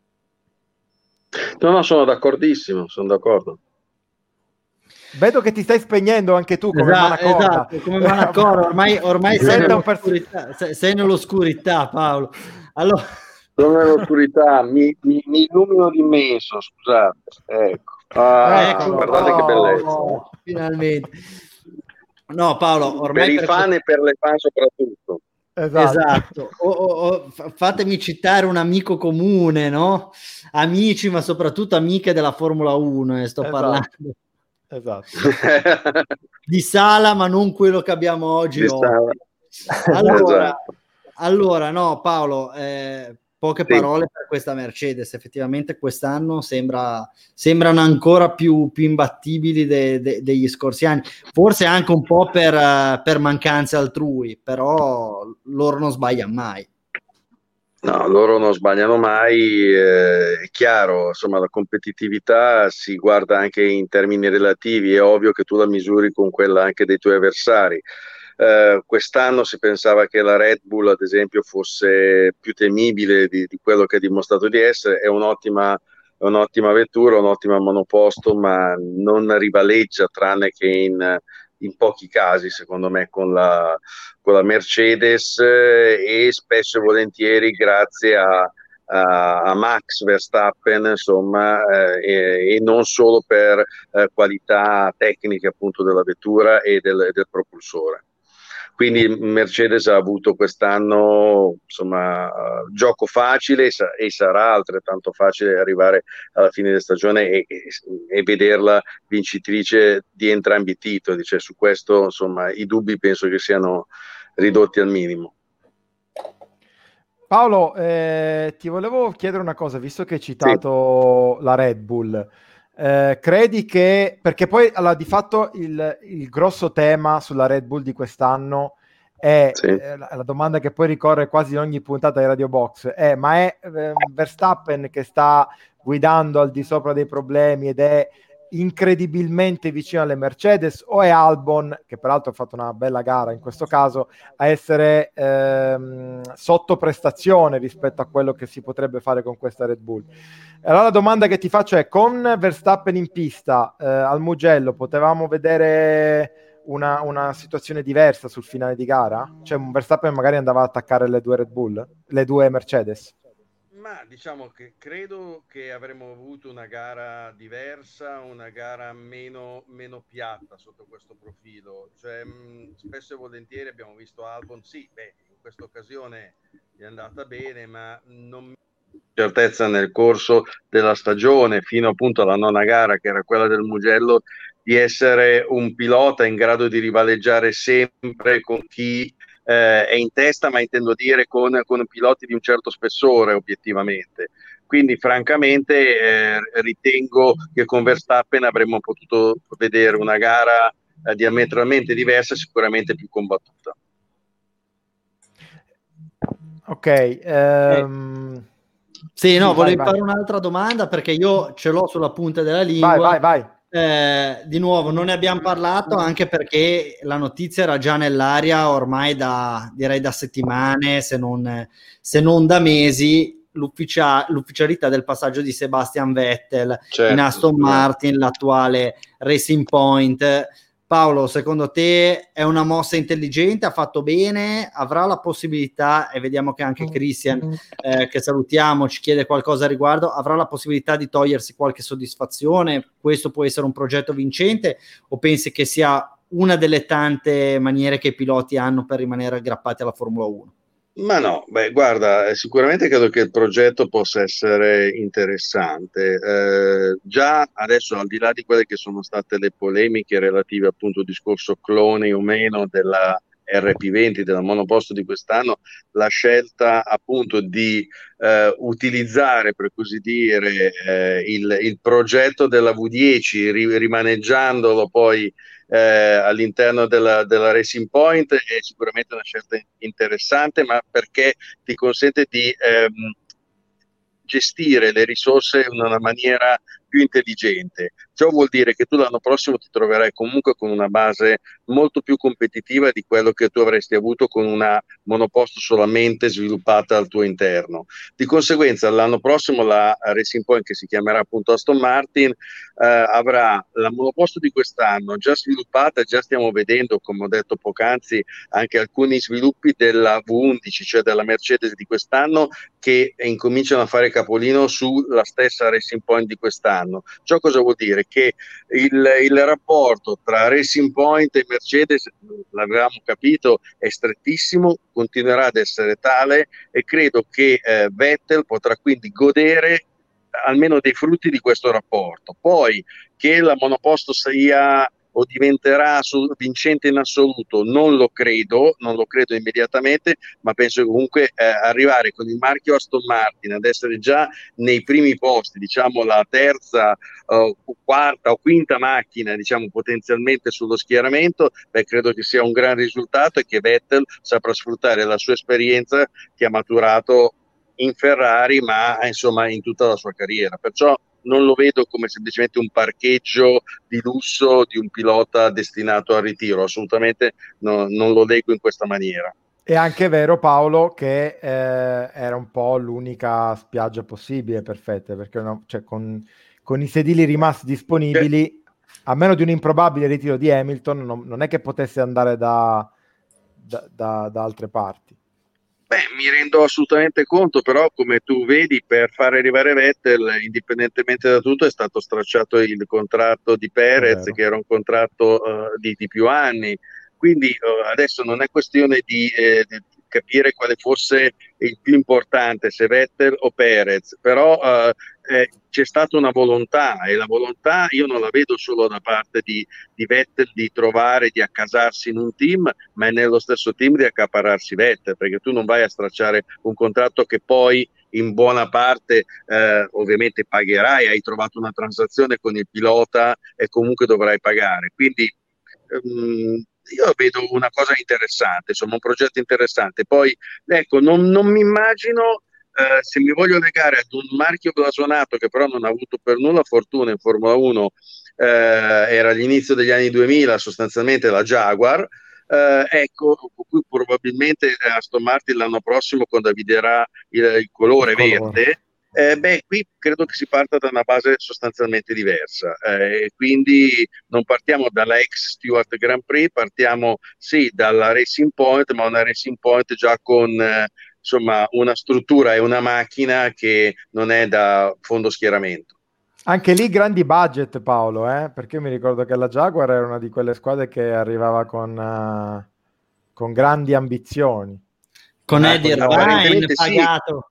No, no, sono d'accordissimo, sono d'accordo. Vedo che ti stai spegnendo anche tu come esatto, Manacorda. Esatto, come Manacorda, ormai, ormai sei, nell'oscurità, sei, sei nell'oscurità, Paolo. Allora... Sono nell'oscurità, mi, mi, mi illumino d'immenso, scusate. Ecco, ah, ecco guardate oh, che bellezza. Oh, finalmente. No, Paolo, ormai per i per fan questo... e per le fan soprattutto. Esatto, esatto. O, o, o, fatemi citare un amico comune, no? Amici, ma soprattutto amiche della Formula uno, e eh, sto esatto. parlando. Esatto. Di Sala, ma non quello che abbiamo oggi. oggi. Allora, esatto. allora, no, Paolo, eh, poche sì. parole per questa Mercedes. Effettivamente quest'anno sembra, sembrano ancora più, più imbattibili de, de, degli scorsi anni, forse anche un po' per, uh, per mancanze altrui, però loro non sbagliano mai. No, loro non sbagliano mai, eh, è chiaro, insomma la competitività si guarda anche in termini relativi, è ovvio che tu la misuri con quella anche dei tuoi avversari. eh, quest'anno si pensava che la Red Bull, ad esempio, fosse più temibile di, di quello che ha dimostrato di essere. È un'ottima, è un'ottima vettura, un'ottima monoposto, ma non rivaleggia, tranne che in, in pochi casi, secondo me, con la, con la Mercedes, eh, e spesso e volentieri grazie a a, a Max Verstappen, insomma, eh, e, e non solo per eh, qualità tecniche appunto della vettura e del, del propulsore. Quindi Mercedes ha avuto quest'anno, insomma, uh, gioco facile e, sa- e sarà altrettanto facile arrivare alla fine della stagione e, e, e vederla vincitrice di entrambi i titoli. Cioè, su questo, insomma, i dubbi penso che siano ridotti al minimo. Paolo, eh, ti volevo chiedere una cosa, visto che hai citato sì. la Red Bull, eh, credi che, perché poi allora, di fatto il, il grosso tema sulla Red Bull di quest'anno è, sì. eh, la, la domanda che poi ricorre quasi in ogni puntata di Radio Box, è ma è eh, Verstappen che sta guidando al di sopra dei problemi ed è incredibilmente vicino alle Mercedes, o è Albon, che peraltro ha fatto una bella gara in questo caso, a essere ehm, sotto prestazione rispetto a quello che si potrebbe fare con questa Red Bull? Allora la domanda che ti faccio è: con Verstappen in pista eh, al Mugello potevamo vedere una, una situazione diversa sul finale di gara? Cioè un Verstappen magari andava ad attaccare le due Red Bull, le due Mercedes? Ma diciamo che credo che avremmo avuto una gara diversa, una gara meno, meno piatta sotto questo profilo. Cioè, mh, spesso e volentieri abbiamo visto Albon, sì, beh, in questa occasione è andata bene, ma non certezza nel corso della stagione, fino appunto alla nona gara, che era quella del Mugello, di essere un pilota in grado di rivaleggiare sempre con chi eh, è in testa, ma intendo dire con, con piloti di un certo spessore obiettivamente. Quindi francamente eh, ritengo che con Verstappen avremmo potuto vedere una gara eh, diametralmente diversa, sicuramente più combattuta. Ok, um... sì, no, sì, volevo vai, fare vai. un'altra domanda perché io ce l'ho sulla punta della lingua. Vai, vai, vai. Eh, di nuovo, non ne abbiamo parlato anche perché la notizia era già nell'aria ormai da, direi da settimane, se non, se non da mesi, l'ufficia- l'ufficialità del passaggio di Sebastian Vettel certo, in Aston Martin, l'attuale Racing Point. Paolo, secondo te è una mossa intelligente? Ha fatto bene? Avrà la possibilità, e vediamo che anche Christian, eh, che salutiamo, ci chiede qualcosa a riguardo, avrà la possibilità di togliersi qualche soddisfazione? Questo può essere un progetto vincente o pensi che sia una delle tante maniere che i piloti hanno per rimanere aggrappati alla Formula uno? Ma no, beh, guarda, sicuramente credo che il progetto possa essere interessante. Eh, già adesso, al di là di quelle che sono state le polemiche relative appunto al discorso cloni o meno della R P venti, della monoposto di quest'anno, la scelta appunto di eh, utilizzare, per così dire, eh, il, il progetto della V dieci, ri- rimaneggiandolo poi Eh, all'interno della, della Racing Point, è sicuramente una scelta interessante, ma perché ti consente di ehm, gestire le risorse in una maniera più intelligente. Ciò vuol dire che tu l'anno prossimo ti troverai comunque con una base molto più competitiva di quello che tu avresti avuto con una monoposto solamente sviluppata al tuo interno. Di conseguenza l'anno prossimo la Racing Point, che si chiamerà appunto Aston Martin, eh, avrà la monoposto di quest'anno già sviluppata, già stiamo vedendo, come ho detto poc'anzi, anche alcuni sviluppi della V undici, cioè della Mercedes di quest'anno, che incominciano a fare capolino sulla stessa Racing Point di quest'anno. Ciò cosa vuol dire? Che il, il rapporto tra Racing Point e Mercedes, l'avevamo capito, è strettissimo, continuerà ad essere tale e credo che eh, Vettel potrà quindi godere almeno dei frutti di questo rapporto. Poi che la monoposto sia o diventerà vincente in assoluto, non lo credo, non lo credo immediatamente, ma penso che comunque eh, arrivare con il marchio Aston Martin ad essere già nei primi posti, diciamo la terza, uh, quarta o quinta macchina, diciamo potenzialmente sullo schieramento, beh, credo che sia un gran risultato e che Vettel saprà sfruttare la sua esperienza che ha maturato in Ferrari, ma insomma in tutta la sua carriera. Perciò non lo vedo come semplicemente un parcheggio di lusso di un pilota destinato al ritiro, assolutamente no, non lo leggo in questa maniera. È anche vero, Paolo, che eh, era un po' l'unica spiaggia possibile per Vettel, perché no, cioè, con, con i sedili rimasti disponibili, a meno di un improbabile ritiro di Hamilton, non, non è che potesse andare da, da, da, da altre parti. Beh, mi rendo assolutamente conto, però come tu vedi, per far arrivare Vettel, indipendentemente da tutto, è stato stracciato il contratto di Perez, che era un contratto uh, di, di più anni. Quindi uh, adesso non è questione di, eh, di capire quale fosse il più importante, se Vettel o Perez, però uh, eh, c'è stata una volontà, e la volontà io non la vedo solo da parte di, di Vettel di trovare, di accasarsi in un team, ma è nello stesso team di accaparrarsi Vettel, perché tu non vai a stracciare un contratto che poi in buona parte eh, ovviamente pagherai, hai trovato una transazione con il pilota e comunque dovrai pagare. Quindi ehm, io vedo una cosa interessante, insomma un progetto interessante. Poi ecco, non, non mi immagino eh, se mi voglio legare ad un marchio blasonato che però non ha avuto per nulla fortuna in Formula uno, eh, era l'inizio degli anni duemila, sostanzialmente la Jaguar. Eh, ecco, qui probabilmente Aston Martin l'anno prossimo condividerà il, il colore Il colore. verde. Eh, beh, qui credo che si parta da una base sostanzialmente diversa, eh, quindi non partiamo dalla ex Stewart Grand Prix, partiamo sì dalla Racing Point, ma una Racing Point già con eh, insomma una struttura e una macchina che non è da fondo schieramento. Anche lì grandi budget, Paolo, eh? Perché io mi ricordo che la Jaguar era una di quelle squadre che arrivava con, uh, con grandi ambizioni. Con Ah, Eddie Irvine apparentemente sì. pagato.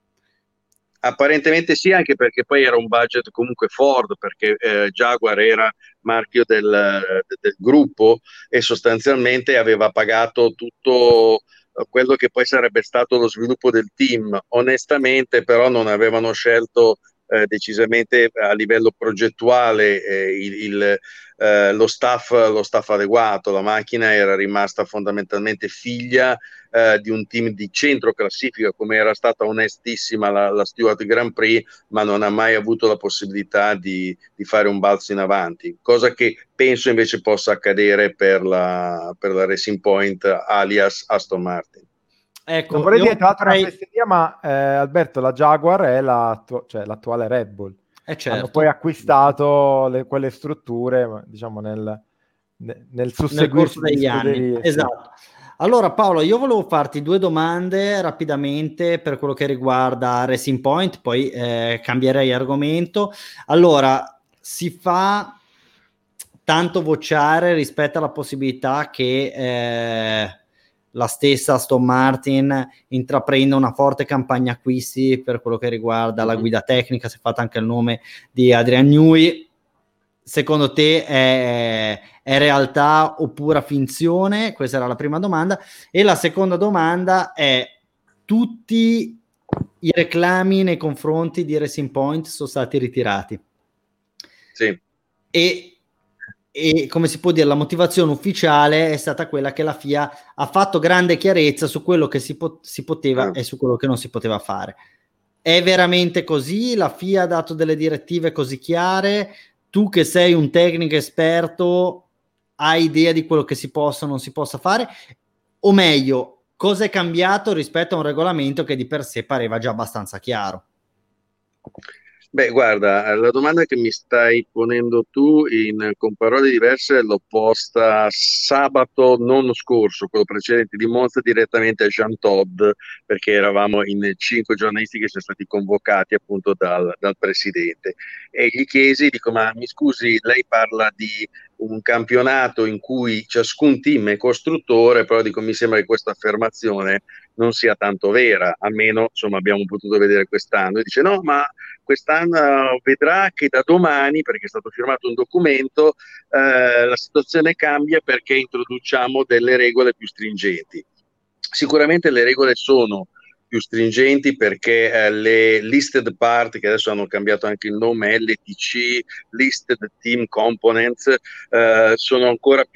Apparentemente sì, anche perché poi era un budget comunque Ford, perché eh, Jaguar era marchio del, del gruppo e sostanzialmente aveva pagato tutto quello che poi sarebbe stato lo sviluppo del team. Onestamente però non avevano scelto eh, decisamente a livello progettuale eh, il, il, eh, lo, staff, lo staff adeguato. La macchina era rimasta fondamentalmente figlia eh, di un team di centro classifica, come era stata onestissima la, la Stewart Grand Prix, ma non ha mai avuto la possibilità di, di fare un balzo in avanti, cosa che penso invece possa accadere per la, per la Racing Point alias Aston Martin. Ecco, non vorrei dire tra l'altro una fesseria, ma eh, Alberto, la Jaguar è la, cioè, l'attuale Red Bull. Eh certo. Hanno poi acquistato le, quelle strutture, diciamo, nel, nel susseguirsi nel corso degli anni. Sì. Esatto. Allora Paolo, io volevo farti due domande rapidamente per quello che riguarda Racing Point, poi eh, cambierei argomento. Allora, si fa tanto vociare rispetto alla possibilità che eh, la stessa Aston Martin intraprenda una forte campagna acquisti per quello che riguarda la guida tecnica. Si è fatto anche il nome di Adrian Newey. Secondo te è, è realtà o pura finzione? Questa era la prima domanda. E la seconda domanda è: tutti i reclami nei confronti di Racing Point sono stati ritirati? Sì. E E come si può dire, la motivazione ufficiale è stata quella che la F I A ha fatto grande chiarezza su quello che si, po- si poteva ah. e su quello che non si poteva fare. È veramente così? La F I A ha dato delle direttive così chiare? Tu che sei un tecnico esperto, hai idea di quello che si possa o non si possa fare? O meglio, cosa è cambiato rispetto a un regolamento che di per sé pareva già abbastanza chiaro? Beh, guarda, la domanda che mi stai ponendo tu in, con parole diverse l'ho posta sabato non scorso, quello precedente di Monza, direttamente a Jean Todt, perché eravamo in cinque giornalisti che sono stati convocati appunto dal, dal presidente. E gli chiesi, dico, ma mi scusi, lei parla di un campionato in cui ciascun team è costruttore, però dico, mi sembra che questa affermazione non sia tanto vera, almeno insomma abbiamo potuto vedere quest'anno. E dice no, ma quest'anno vedrà che da domani, perché è stato firmato un documento, eh, la situazione cambia perché introduciamo delle regole più stringenti. Sicuramente le regole sono più stringenti perché eh, le listed part, che adesso hanno cambiato anche il nome, L T C, listed team components, eh, sono ancora più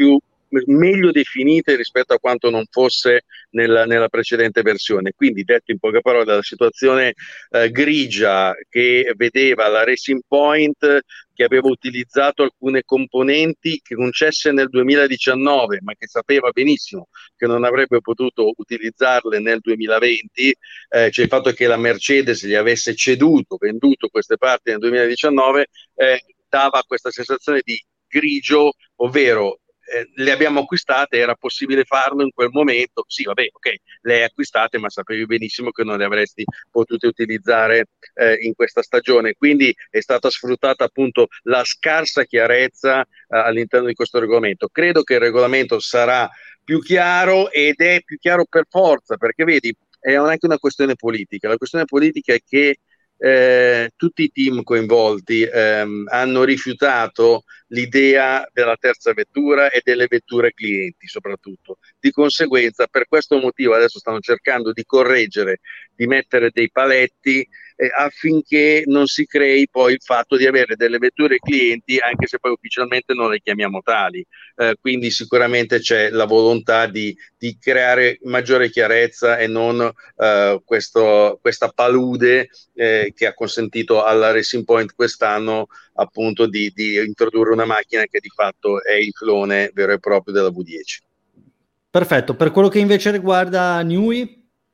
meglio definite rispetto a quanto non fosse nella, nella precedente versione. Quindi, detto in poche parole, la situazione eh, grigia che vedeva la Racing Point che aveva utilizzato alcune componenti che concesse nel duemiladiciannove, ma che sapeva benissimo che non avrebbe potuto utilizzarle nel duemilaventi, eh, cioè il fatto che la Mercedes gli avesse ceduto, venduto queste parti nel duemiladiciannove, eh, dava questa sensazione di grigio, ovvero eh, le abbiamo acquistate, era possibile farlo in quel momento, sì vabbè, ok, le hai acquistate ma sapevi benissimo che non le avresti potute utilizzare eh, in questa stagione, quindi è stata sfruttata appunto la scarsa chiarezza eh, all'interno di questo regolamento. Credo che il regolamento sarà più chiaro, ed è più chiaro per forza, perché vedi, è anche una questione politica. La questione politica è che eh, tutti i team coinvolti ehm, hanno rifiutato l'idea della terza vettura e delle vetture clienti soprattutto. Di conseguenza, per questo motivo adesso stanno cercando di correggere, di mettere dei paletti eh, affinché non si crei poi il fatto di avere delle vetture clienti anche se poi ufficialmente non le chiamiamo tali. Eh, quindi sicuramente c'è la volontà di, di creare maggiore chiarezza e non eh, questo, questa palude eh, che ha consentito alla Racing Point quest'anno appunto di, di introdurre una macchina che di fatto è il clone vero e proprio della V dieci. Perfetto, per quello che invece riguarda Newey?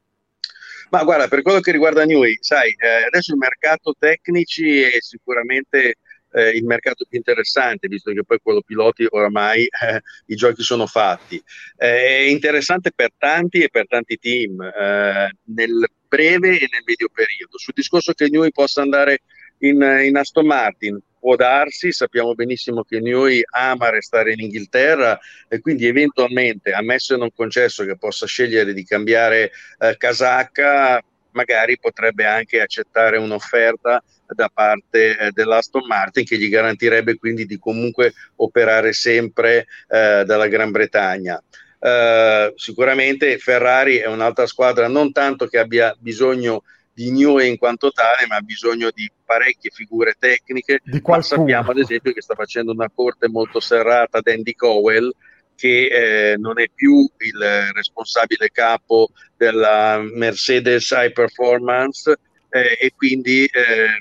Ma guarda, per quello che riguarda Newey, sai, eh, adesso il mercato tecnici è sicuramente eh, il mercato più interessante, visto che poi quello piloti oramai eh, i giochi sono fatti. Eh, è interessante per tanti e per tanti team, eh, nel breve e nel medio periodo. Sul discorso che Newey possa andare in, in Aston Martin, può darsi, sappiamo benissimo che Newey ama restare in Inghilterra e quindi eventualmente, ammesso e non concesso che possa scegliere di cambiare eh, casacca, magari potrebbe anche accettare un'offerta da parte eh, dell'Aston Martin che gli garantirebbe quindi di comunque operare sempre eh, dalla Gran Bretagna. Uh, sicuramente Ferrari è un'altra squadra non tanto che abbia bisogno di Newey in quanto tale, ma ha bisogno di parecchie figure tecniche, ma sappiamo ad esempio che sta facendo una corte molto serrata ad Andy Cowell, che eh, non è più il responsabile capo della Mercedes High Performance eh, e quindi eh,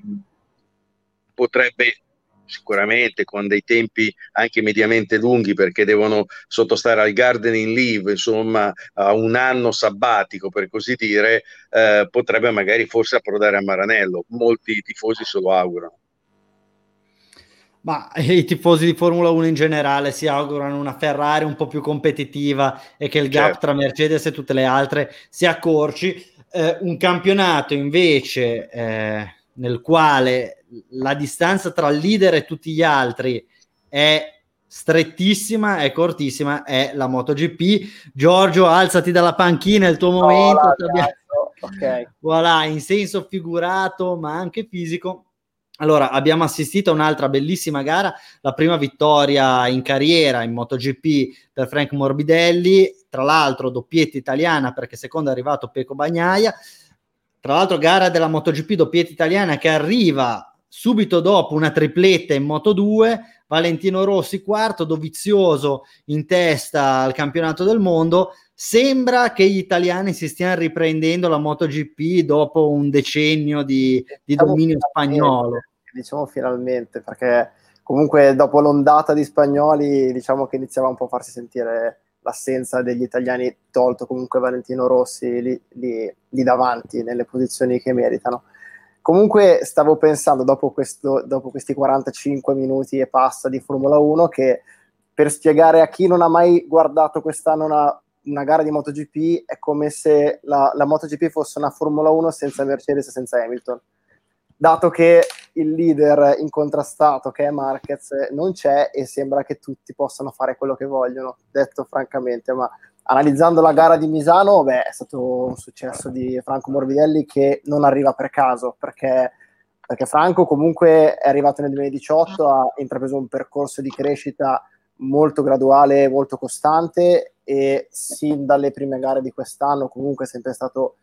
potrebbe sicuramente con dei tempi anche mediamente lunghi, perché devono sottostare al gardening leave, insomma a un anno sabbatico per così dire, eh, potrebbe magari forse approdare a Maranello. Molti tifosi se lo augurano. Ma i tifosi di Formula uno in generale si augurano una Ferrari un po' più competitiva e che il gap certo. tra Mercedes e tutte le altre si accorci. Eh, un campionato invece eh, nel quale la distanza tra il leader e tutti gli altri è strettissima, è cortissima, è la MotoGP. Giorgio, alzati dalla panchina, è il tuo no, momento. Abbiamo... okay. Voilà, in senso figurato ma anche fisico. Allora, abbiamo assistito a un'altra bellissima gara, la prima vittoria in carriera in MotoGP per Frank Morbidelli, tra l'altro doppietta italiana perché secondo è arrivato Pecco Bagnaia, tra l'altro gara della MotoGP doppietta italiana che arriva subito dopo una tripletta in Moto due, Valentino Rossi quarto, Dovizioso in testa al campionato del mondo. Sembra che gli italiani si stiano riprendendo la MotoGP dopo un decennio di, di diciamo dominio spagnolo. Diciamo finalmente, perché comunque dopo l'ondata di spagnoli diciamo che iniziava un po' a farsi sentire l'assenza degli italiani, tolto comunque Valentino Rossi lì, lì, lì davanti nelle posizioni che meritano. Comunque stavo pensando dopo, questo, dopo questi quarantacinque minuti e passa di Formula uno che per spiegare a chi non ha mai guardato quest'anno una, una gara di MotoGP è come se la, la MotoGP fosse una Formula uno senza Mercedes e senza Hamilton, dato che il leader incontrastato che è Marquez non c'è e sembra che tutti possano fare quello che vogliono, detto francamente. Ma analizzando la gara di Misano, beh, è stato un successo di Franco Morbidelli che non arriva per caso, perché, perché Franco comunque è arrivato nel duemiladiciotto, ha intrapreso un percorso di crescita molto graduale, molto costante, e sin dalle prime gare di quest'anno comunque è sempre stato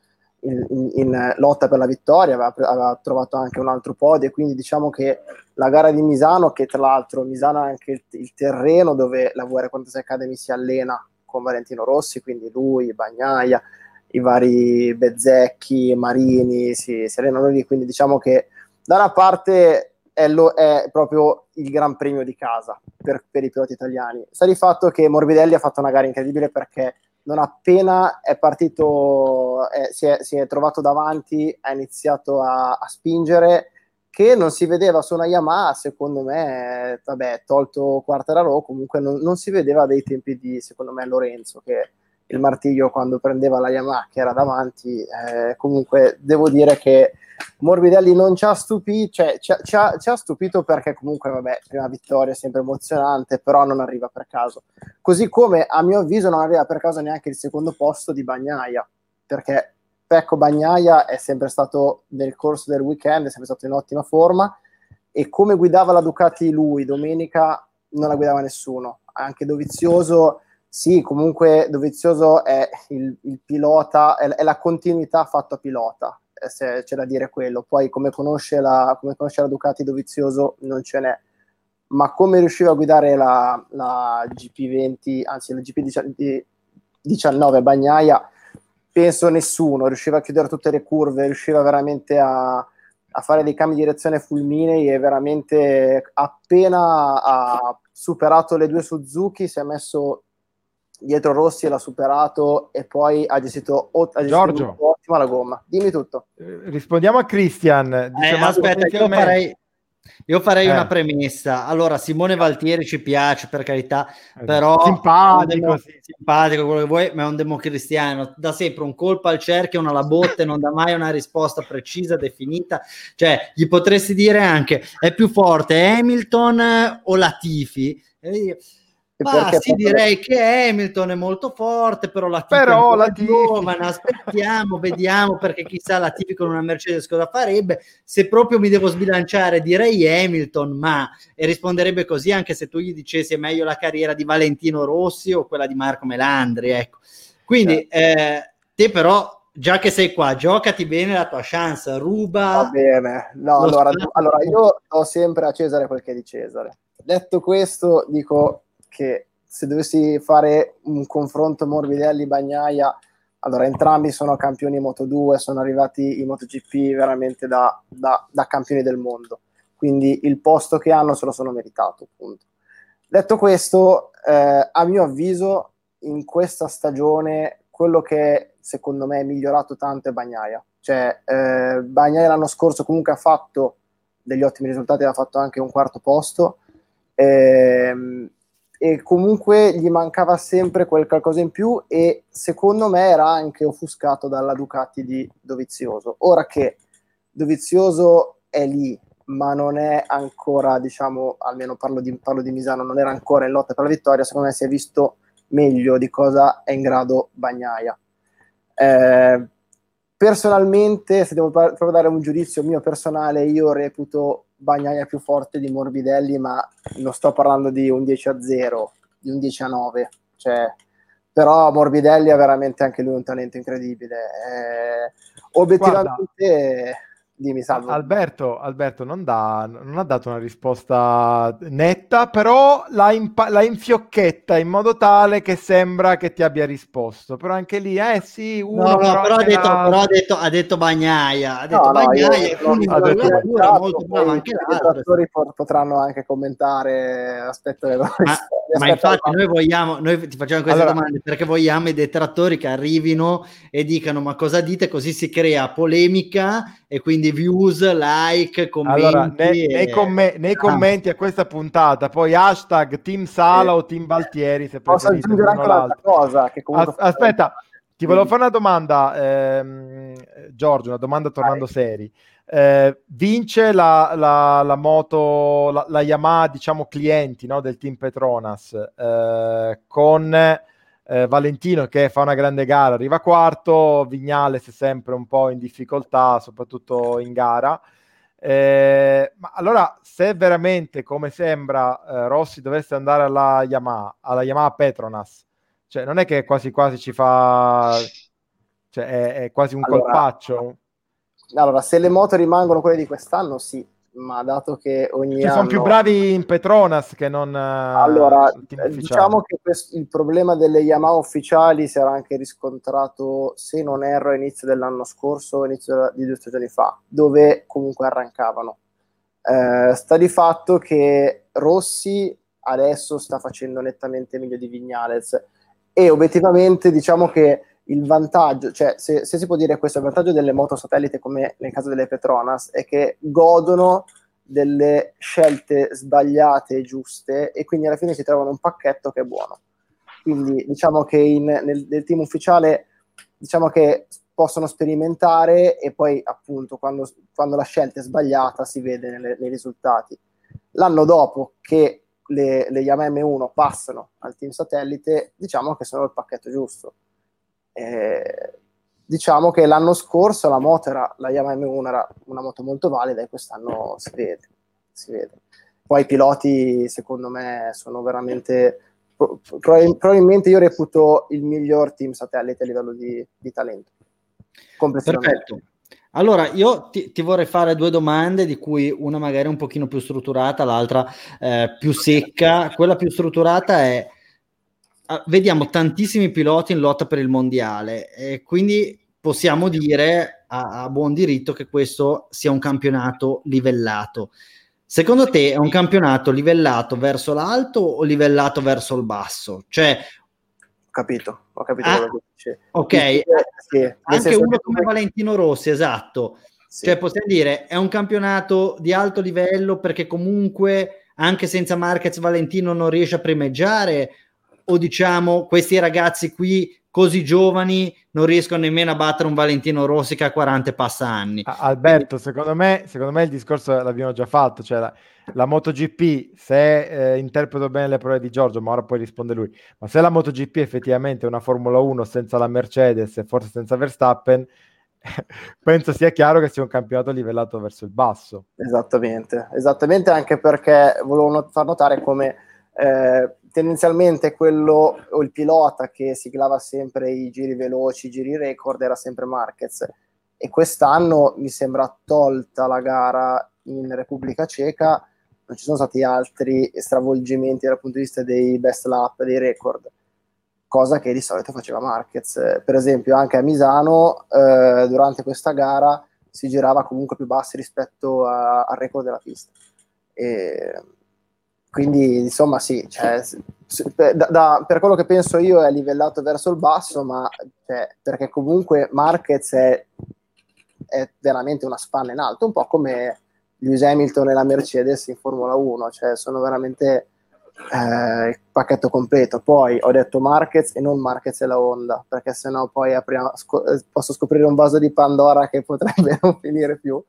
in, in, in lotta per la vittoria, aveva, aveva trovato anche un altro podio, e quindi diciamo che la gara di Misano, che tra l'altro Misano è anche il, il terreno dove la V R quarantasei Academy si allena con Valentino Rossi, quindi lui, Bagnaia, i vari Bezzecchi, Marini si, si allenano lì, quindi diciamo che da una parte è, lo, è proprio il gran premio di casa per, per i piloti italiani. Sta di fatto che Morbidelli ha fatto una gara incredibile, perché non appena è partito, eh, si, è, si è trovato davanti, ha iniziato a, a spingere, che non si vedeva su una Yamaha, secondo me, vabbè, tolto Quartararo, comunque non, non si vedeva dei tempi di, secondo me, Lorenzo, che il martiglio quando prendeva la Yamaha che era davanti. Eh, comunque devo dire che Morbidelli non ci ha stupito, cioè ci ha, ci, ha, ci ha stupito, perché comunque vabbè, prima vittoria è sempre emozionante, però non arriva per caso, così come a mio avviso non arriva per caso neanche il secondo posto di Bagnaia, perché Pecco Bagnaia è sempre stato, nel corso del weekend, è sempre stato in ottima forma, e come guidava la Ducati lui domenica non la guidava nessuno, anche Dovizioso. Sì, comunque Dovizioso è il, il pilota, è, è la continuità fatta pilota, se c'è da dire quello. Poi come conosce la, come conosce la Ducati Dovizioso non ce n'è, ma come riusciva a guidare la, la G P venti, anzi la G P diciannove Bagnaia, penso nessuno. Riusciva a chiudere tutte le curve, riusciva veramente a, a fare dei cambi di direzione fulminei, e veramente appena ha superato le due Suzuki si è messo dietro Rossi e l'ha superato, e poi ha gestito, ha gestito Giorgio, ottima la gomma. Dimmi tutto. Eh, rispondiamo a Christian. Dice, Eh, ma aspetta, io farei, io farei eh. una premessa. Allora, Simone Valtieri ci piace, per carità, eh, però simpatico, demo- sì. simpatico, quello che vuoi, ma è un democristiano. Dà sempre un colpo al cerchio, una alla botte, non dà mai una risposta precisa, definita. Cioè, gli potresti dire anche, è più forte Hamilton o Latifi? E Ma sì, direi che Hamilton è molto forte, però Latifi è però ancora Latifi... giovane, aspettiamo, vediamo, perché chissà Latifi con una Mercedes cosa farebbe. Se proprio mi devo sbilanciare direi Hamilton, ma e risponderebbe così anche se tu gli dicessi è meglio la carriera di Valentino Rossi o quella di Marco Melandri, ecco. Quindi eh, te però, già che sei qua, giocati bene la tua chance, ruba. Va bene, no, allora, allora io do sempre a Cesare quel che è di Cesare. Detto questo, dico che se dovessi fare un confronto Morbidelli-Bagnaia, allora entrambi sono campioni Moto due, sono arrivati in MotoGP veramente da, da, da campioni del mondo, quindi il posto che hanno se lo sono meritato, punto. Detto questo, eh, a mio avviso in questa stagione quello che secondo me è migliorato tanto è Bagnaia. Cioè eh, Bagnaia l'anno scorso comunque ha fatto degli ottimi risultati, ha fatto anche un quarto posto, ehm, e comunque gli mancava sempre quel qualcosa in più, e secondo me era anche offuscato dalla Ducati di Dovizioso. Ora che Dovizioso è lì, ma non è ancora, diciamo, almeno parlo di, parlo di Misano, non era ancora in lotta per la vittoria, secondo me si è visto meglio di cosa è in grado Bagnaia. Eh, personalmente, se devo proprio dare un giudizio mio personale, io reputo Bagnaia più forte di Morbidelli, ma non sto parlando di un dieci a zero, di un dieci a nove, cioè, però Morbidelli ha veramente anche lui un talento incredibile. Eh, obiettivamente... Guarda, dimmi, Salvo. Alberto, Alberto non, dà, non ha dato una risposta netta, però l'ha, impa- l'ha infiocchetta in modo tale che sembra che ti abbia risposto. Però anche lì, eh sì, uno no, no, però, però, ha detto, la... però ha detto, ha detto Bagnaia, ha detto no, Bagnaia, no, e quindi ha detto la dura, è molto bravo poi anche i l'altro. detrattori potranno anche commentare, aspetto le loro Ma, ma infatti noi vogliamo, noi ti facciamo queste allora, domande perché vogliamo i detrattori che arrivino e dicano ma cosa dite, così si crea polemica e quindi views, like, commenti. Allora, ne, e... nei, com- nei commenti a questa puntata poi hashtag Team Sala eh, o Team Valtieri se posso preferite. aggiungere anche un'altra cosa che comunque As- aspetta, ti volevo fare una domanda, ehm, Giorgio, una domanda tornando Vai. seri. Eh, vince la, la, la moto, la, la Yamaha, diciamo, clienti, no, del team Petronas, eh, con eh, Valentino che fa una grande gara, arriva quarto, Vignales è sempre un po' in difficoltà, soprattutto in gara. Eh, ma allora, se veramente, come sembra, eh, Rossi dovesse andare alla Yamaha, alla Yamaha Petronas, cioè non è che quasi quasi ci fa... Cioè è, è quasi un allora, colpaccio. Allora, se le moto rimangono quelle di quest'anno, sì, ma dato che ogni Ci anno... sono più bravi in Petronas che non Allora, uh, il team ufficiale. diciamo che questo, il problema delle Yamaha ufficiali si era anche riscontrato, se non erro, a inizio dell'anno scorso, inizio di due stagioni fa, dove comunque arrancavano. Eh, sta di fatto che Rossi adesso sta facendo nettamente meglio di Vignales e obiettivamente diciamo che il vantaggio, cioè se, se si può dire questo, il vantaggio delle moto satellite come nel caso delle Petronas è che godono delle scelte sbagliate e giuste e quindi alla fine si trovano un pacchetto che è buono. Quindi diciamo che in, nel, nel team ufficiale diciamo che possono sperimentare e poi appunto quando, quando la scelta è sbagliata si vede nelle, nei risultati. L'anno dopo che le, le Yamaha M uno passano al team satellite, diciamo che sono il pacchetto giusto. Eh, diciamo che l'anno scorso la moto era, la Yamaha M uno era una moto molto valida e quest'anno si vede, si vede. Poi i piloti secondo me sono veramente pro, pro, probabilmente io reputo il miglior team satellite a livello di, di talento. Perfetto. Allora io ti, ti vorrei fare due domande, di cui una magari un pochino più strutturata, l'altra eh, più secca. Quella più strutturata è: vediamo tantissimi piloti in lotta per il mondiale e quindi possiamo dire a, a buon diritto che questo sia un campionato livellato. Secondo te è un campionato livellato verso l'alto o livellato verso il basso? Cioè, ho capito, ho capito ah, quello che dice. ok, sì, sì, anche uno che... come Valentino Rossi, esatto. Sì. Cioè possiamo dire è un campionato di alto livello perché comunque anche senza Marquez Valentino non riesce a primeggiare, o diciamo questi ragazzi qui così giovani non riescono nemmeno a battere un Valentino Rossi che ha quaranta e passa anni. Alberto, quindi... secondo me, secondo me il discorso l'abbiamo già fatto, cioè la, la MotoGP, se eh, interpreto bene le parole di Giorgio, ma ora poi risponde lui, ma se la MotoGP effettivamente è una Formula uno senza la Mercedes e forse senza Verstappen, penso sia chiaro che sia un campionato livellato verso il basso. Esattamente, esattamente, anche perché volevo far notare come eh, tendenzialmente quello o il pilota che siglava sempre i giri veloci, i giri record era sempre Marquez, e quest'anno mi sembra, tolta la gara in Repubblica Ceca, non ci sono stati altri stravolgimenti dal punto di vista dei best lap, dei record, cosa che di solito faceva Marquez. Per esempio anche a Misano eh, durante questa gara si girava comunque più bassi rispetto a, al record della pista. E quindi insomma sì, cioè, da, da, per quello che penso io è livellato verso il basso, ma cioè, perché comunque Marquez è, è veramente una spanna in alto, un po' come Lewis Hamilton e la Mercedes in Formula uno, cioè sono veramente eh, il pacchetto completo. Poi ho detto Marquez e non Marquez e la Honda, perché sennò poi apriamo, sco- posso scoprire un vaso di Pandora che potrebbe non finire più,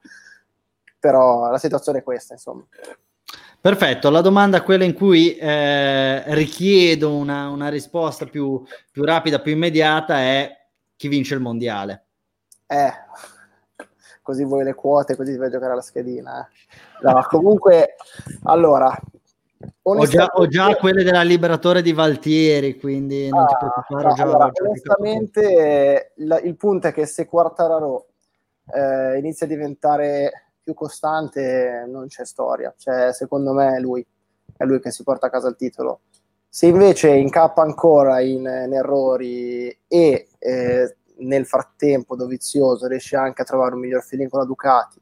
però la situazione è questa, insomma. Perfetto, la domanda, quella in cui eh, richiedo una, una risposta più, più rapida, più immediata, è: chi vince il mondiale? Eh, così vuoi le quote, così vai a giocare alla schedina. Eh. No, comunque, allora... Ho già, ho già quelle della Liberatore di Valtieri, quindi non ah, ti preoccupare. no, Già, allora, già onestamente il, il punto è che se Quartararo eh, inizia a diventare più costante non c'è storia, cioè, secondo me è lui è lui che si porta a casa il titolo. Se invece incappa ancora in, in errori e eh, nel frattempo Dovizioso riesce anche a trovare un miglior feeling con la Ducati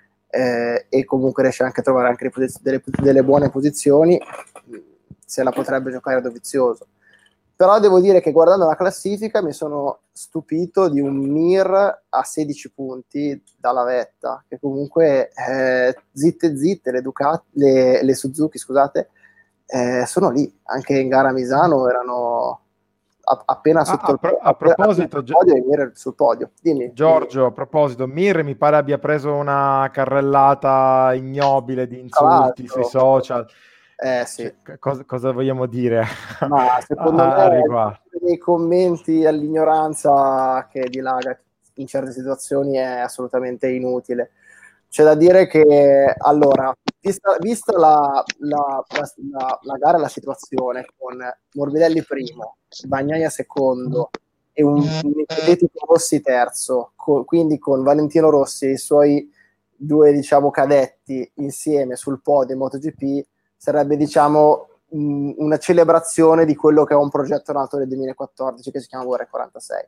eh, e comunque riesce anche a trovare anche posiz- delle, delle buone posizioni, se la potrebbe giocare Dovizioso. Però devo dire che guardando la classifica mi sono stupito di un Mir a sedici punti dalla vetta, che comunque eh, zitte zitte le, Ducati, le, le Suzuki, scusate, eh, sono lì. Anche in gara a Misano erano a, appena sotto ah, il, a, pro- a appena, proposito appena podio, e Mir sul podio. Dimmi, Giorgio, dimmi. a proposito, Mir mi pare abbia preso una carrellata ignobile di insulti sui social. Eh sì. Cioè, cosa, cosa vogliamo dire Ma secondo a, me a riguardo? dei commenti all'ignoranza che dilaga in certe situazioni è assolutamente inutile. C'è da dire che, allora, vista, vista la, la, la, la, la gara e la situazione con Morbidelli primo, Bagnaia secondo e un, un ipotetico Rossi terzo, co- quindi con Valentino Rossi e i suoi due, diciamo, cadetti insieme sul podio in MotoGP, sarebbe, diciamo, mh, una celebrazione di quello che è un progetto nato nel duemilaquattordici che si chiama V R quarantasei.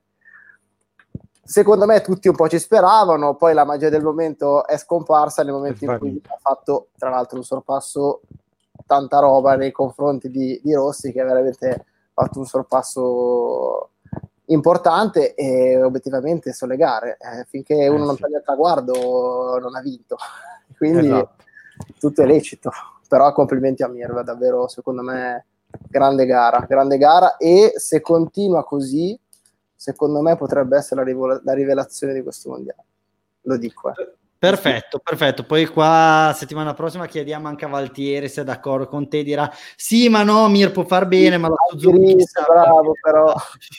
Secondo me tutti un po' ci speravano, poi la magia del momento è scomparsa nel momento in cui ha fatto, tra l'altro, un sorpasso, tanta roba nei confronti di, di Rossi, che ha veramente fatto un sorpasso importante, e obiettivamente sulle gare, eh, finché uno Eh, non sì. taglia il traguardo non ha vinto, quindi Esatto. tutto è lecito. Però complimenti a Mir, davvero, secondo me grande gara, grande gara, e se continua così secondo me potrebbe essere la, rivola- la rivelazione di questo mondiale, lo dico. Eh. Perfetto, perfetto. Poi qua settimana prossima chiediamo anche a Valtieri se è d'accordo con te, dirà sì, ma no, Mir può far bene, ma la Suzuki chissà, bravo, però.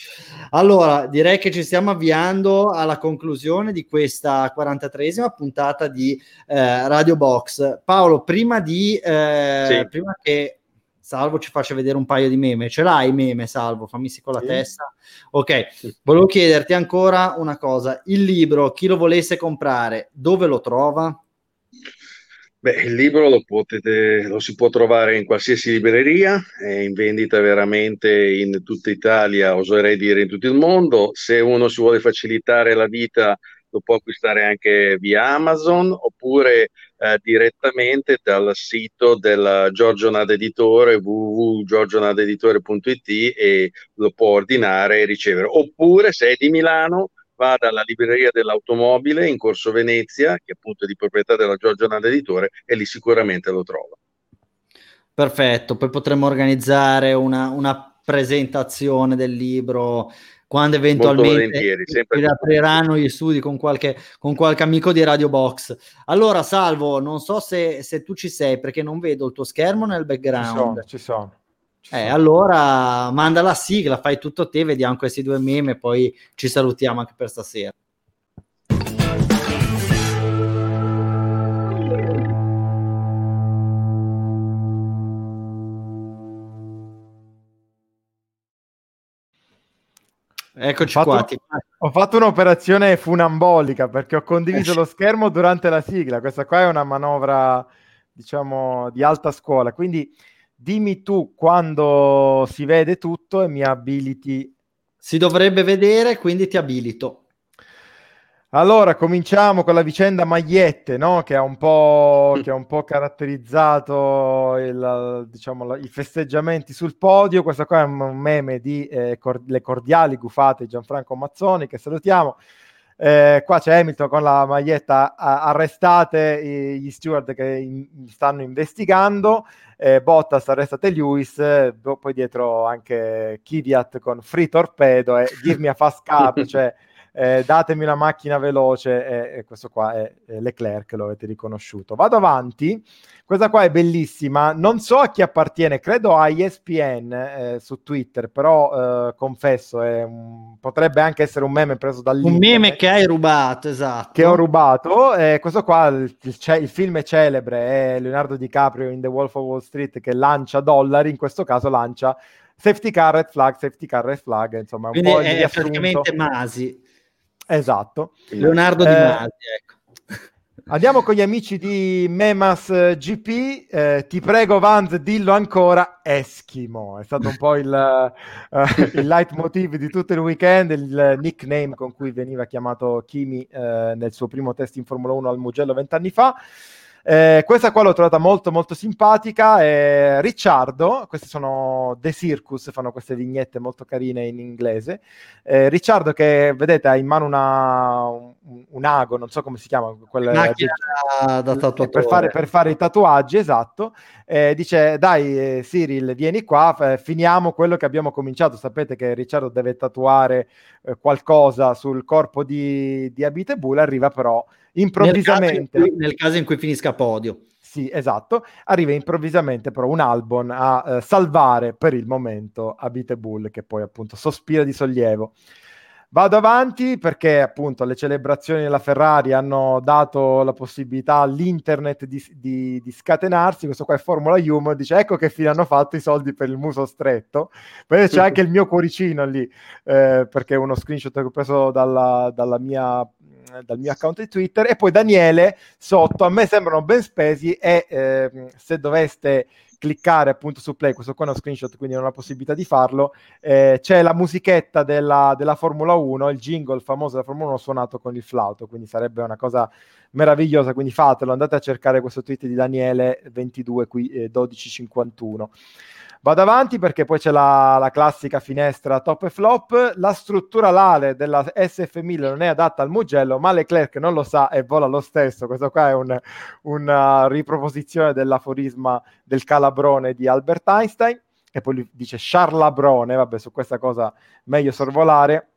Allora, direi che ci stiamo avviando alla conclusione di questa quarantatreesima puntata di eh, Radio Box. Paolo, prima di eh, Sì. prima che Salvo ci faccia vedere un paio di meme, ce l'hai meme, Salvo? Fammi sì con la Sì. testa. Ok, sì. Volevo chiederti ancora una cosa, il libro, chi lo volesse comprare, dove lo trova? Beh, il libro lo potete, lo si può trovare in qualsiasi libreria, è in vendita veramente in tutta Italia, oserei dire in tutto il mondo. Se uno si vuole facilitare la vita, lo può acquistare anche via Amazon, oppure eh, direttamente dal sito della Giorgio Nada Editore, w w w punto giorgio nada editore punto i t, e lo può ordinare e ricevere. Oppure, se è di Milano, vada alla libreria dell'automobile in Corso Venezia, che appunto è di proprietà della Giorgio Nada Editore, e lì sicuramente lo trova. Perfetto, poi potremmo organizzare una, una presentazione del libro quando eventualmente riapriranno gli studi con qualche, con qualche amico di Radio Box. Allora, Salvo, non so se, se tu ci sei, perché non vedo il tuo schermo nel background. Ci sono, ci sono. Ci eh, sono. allora manda la sigla, fai tutto te, vediamo questi due meme e poi ci salutiamo anche per stasera. Eccoci ho fatto, qua. Ti... Ho fatto un'operazione funambolica perché ho condiviso lo schermo durante la sigla. Questa qua è una manovra, diciamo, di alta scuola. Quindi dimmi tu quando si vede tutto e mi abiliti. Si dovrebbe vedere, quindi ti abilito. Allora, cominciamo con la vicenda magliette, no? Che ha un po', che ha un po' caratterizzato il, diciamo, i festeggiamenti sul podio. Questo qua è un meme di eh, cor- le cordiali gufate di Gianfranco Mazzoni, che salutiamo. Eh, qua c'è Hamilton con la maglietta a- arrestate gli steward che in- stanno investigando, eh, Bottas arrestate Lewis, eh, poi dietro anche Kvyat con Free Torpedo e Give me a fast car, cioè Eh, datemi una macchina veloce, e, e questo qua è, è Leclerc, lo avete riconosciuto. Vado avanti, questa qua è bellissima, non so a chi appartiene, credo a E S P N eh, su Twitter, però eh, confesso, è un, potrebbe anche essere un meme preso dall'internet. Un meme che hai rubato, esatto. Che ho rubato, eh, questo qua, il, il, il film è celebre, è Leonardo DiCaprio in The Wolf of Wall Street che lancia dollari, in questo caso lancia safety car, red flag, safety car, red flag, insomma è un Quindi po' il è riassunto. praticamente Masi. Esatto. Leonardo eh, Di Masi, ecco. Andiamo con gli amici di Memas G P. Eh, ti prego, Vans, dillo ancora, Eschimo. È stato un po' il, uh, il leitmotiv di tutto il weekend, il nickname con cui veniva chiamato Kimi eh, nel suo primo test in Formula uno al Mugello vent'anni fa. Eh, questa qua l'ho trovata molto molto simpatica. Eh, Ricciardo, queste sono The Circus, fanno queste vignette molto carine in inglese. Eh, Ricciardo che vedete ha in mano una, un, un ago, non so come si chiama, quella macchina da, da tatuatore. Per fare, per fare i tatuaggi, esatto. Eh, dice dai eh, Cyril, vieni qua, f- finiamo quello che abbiamo cominciato. Sapete che Ricciardo deve tatuare eh, qualcosa sul corpo di, di Abiteboul, arriva però improvvisamente nel caso in cui, nel caso in cui finisca podio. Sì, esatto, arriva improvvisamente però un Albon a eh, salvare per il momento Abiteboul, che poi appunto sospira di sollievo. Vado avanti perché appunto le celebrazioni della Ferrari hanno dato la possibilità all'internet di, di, di scatenarsi. Questo qua è Formula Human, dice ecco che fine hanno fatto i soldi per il muso stretto. Poi c'è anche il mio cuoricino lì, eh, perché è uno screenshot che ho preso dalla, dalla mia, dal mio account di Twitter. E poi Daniele sotto, a me sembrano ben spesi e eh, se doveste cliccare appunto su play, questo qua è uno screenshot quindi non ho la possibilità di farlo, eh, c'è la musichetta della, della Formula uno, il jingle famoso della Formula uno suonato con il flauto, quindi sarebbe una cosa meravigliosa, quindi fatelo, andate a cercare questo tweet di Daniele ventidue qui, eh, dodici cinquantuno. Vado avanti perché poi c'è la, la classica finestra top e flop. La strutturale della S F mille non è adatta al Mugello, ma Leclerc non lo sa e vola lo stesso. Questo qua è un, una riproposizione dell'aforisma del calabrone di Albert Einstein. E poi lui dice Charlabrone, vabbè, su questa cosa meglio sorvolare.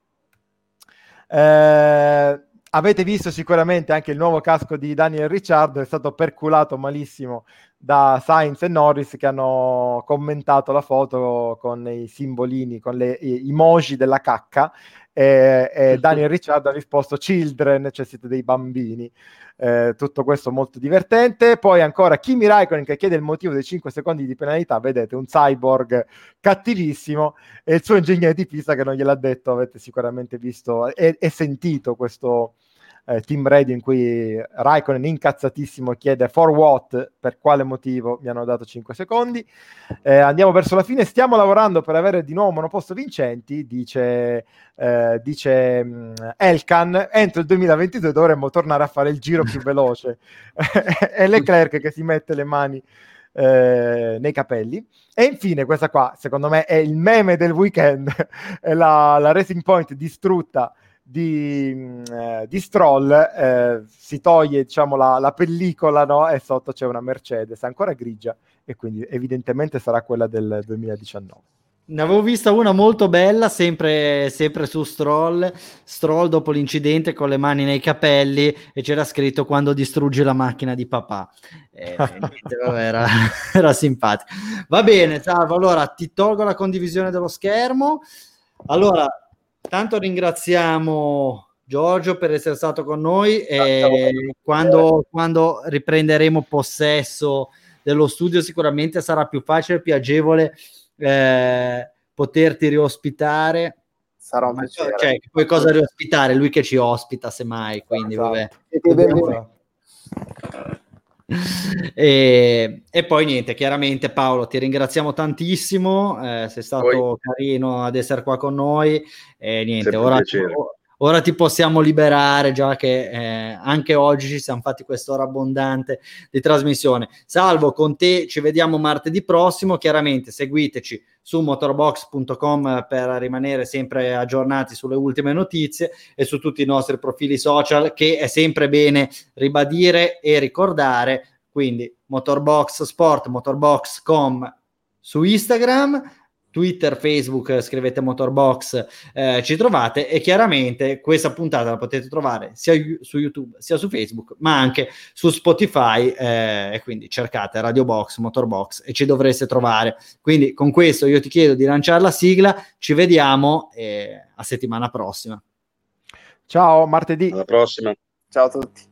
Eh, avete visto sicuramente anche il nuovo casco di Daniel Ricciardo, è stato perculato malissimo da Sainz e Norris, che hanno commentato la foto con i simbolini, con le i emoji della cacca, e, e Daniel Ricciardo ha risposto children, cioè siete dei bambini. Eh, tutto questo molto divertente. Poi ancora Kimi Raikkonen che chiede il motivo dei cinque secondi di penalità, vedete, un cyborg cattivissimo, e il suo ingegnere di pista che non gliel'ha detto. Avete sicuramente visto e, e sentito questo eh, team radio in cui Raikkonen incazzatissimo chiede for what, per quale motivo mi hanno dato cinque secondi. Eh, andiamo verso la fine, stiamo lavorando per avere di nuovo monoposto vincenti, dice eh, dice um, Elkan, entro il duemilaventidue dovremmo tornare a fare il giro più veloce. È Leclerc che si mette le mani eh, nei capelli. E infine questa qua secondo me è il meme del weekend, è la, la Racing Point distrutta di, eh, di Stroll, eh, si toglie diciamo la, la pellicola, no? E sotto c'è una Mercedes ancora grigia e quindi evidentemente sarà quella del duemiladiciannove. Ne avevo vista una molto bella, sempre, sempre su Stroll, Stroll dopo l'incidente con le mani nei capelli, e c'era scritto quando distruggi la macchina di papà. Eh, niente, vabbè, era, era simpatico. Va bene, Salvo, allora ti tolgo la condivisione dello schermo. Allora, tanto ringraziamo Giorgio per essere stato con noi, e quando, quando riprenderemo possesso dello studio sicuramente sarà più facile, più agevole Eh, poterti riospitare. Sarà un piacere. Cioè, poi cosa riospitare? Lui che ci ospita semmai, quindi esatto. vabbè. Siete benvenuti. E, e poi niente, chiaramente Paolo ti ringraziamo tantissimo, eh, sei stato poi, carino ad essere qua con noi, e niente, sempre ora un piacere. Ora ti possiamo liberare, già che eh, anche oggi ci siamo fatti quest'ora abbondante di trasmissione. Salvo, con te ci vediamo martedì prossimo. Chiaramente seguiteci su motorbox punto com per rimanere sempre aggiornati sulle ultime notizie, e su tutti i nostri profili social, che è sempre bene ribadire e ricordare. Quindi Motorbox Sport, motorbox punto com su Instagram, Twitter, Facebook, scrivete Motorbox, eh, ci trovate, e chiaramente questa puntata la potete trovare sia su YouTube sia su Facebook, ma anche su Spotify, eh, e quindi cercate Radio Box, Motorbox e ci dovreste trovare. Quindi con questo io ti chiedo di lanciare la sigla, ci vediamo eh, a settimana prossima. Ciao, martedì. Alla prossima. Ciao a tutti.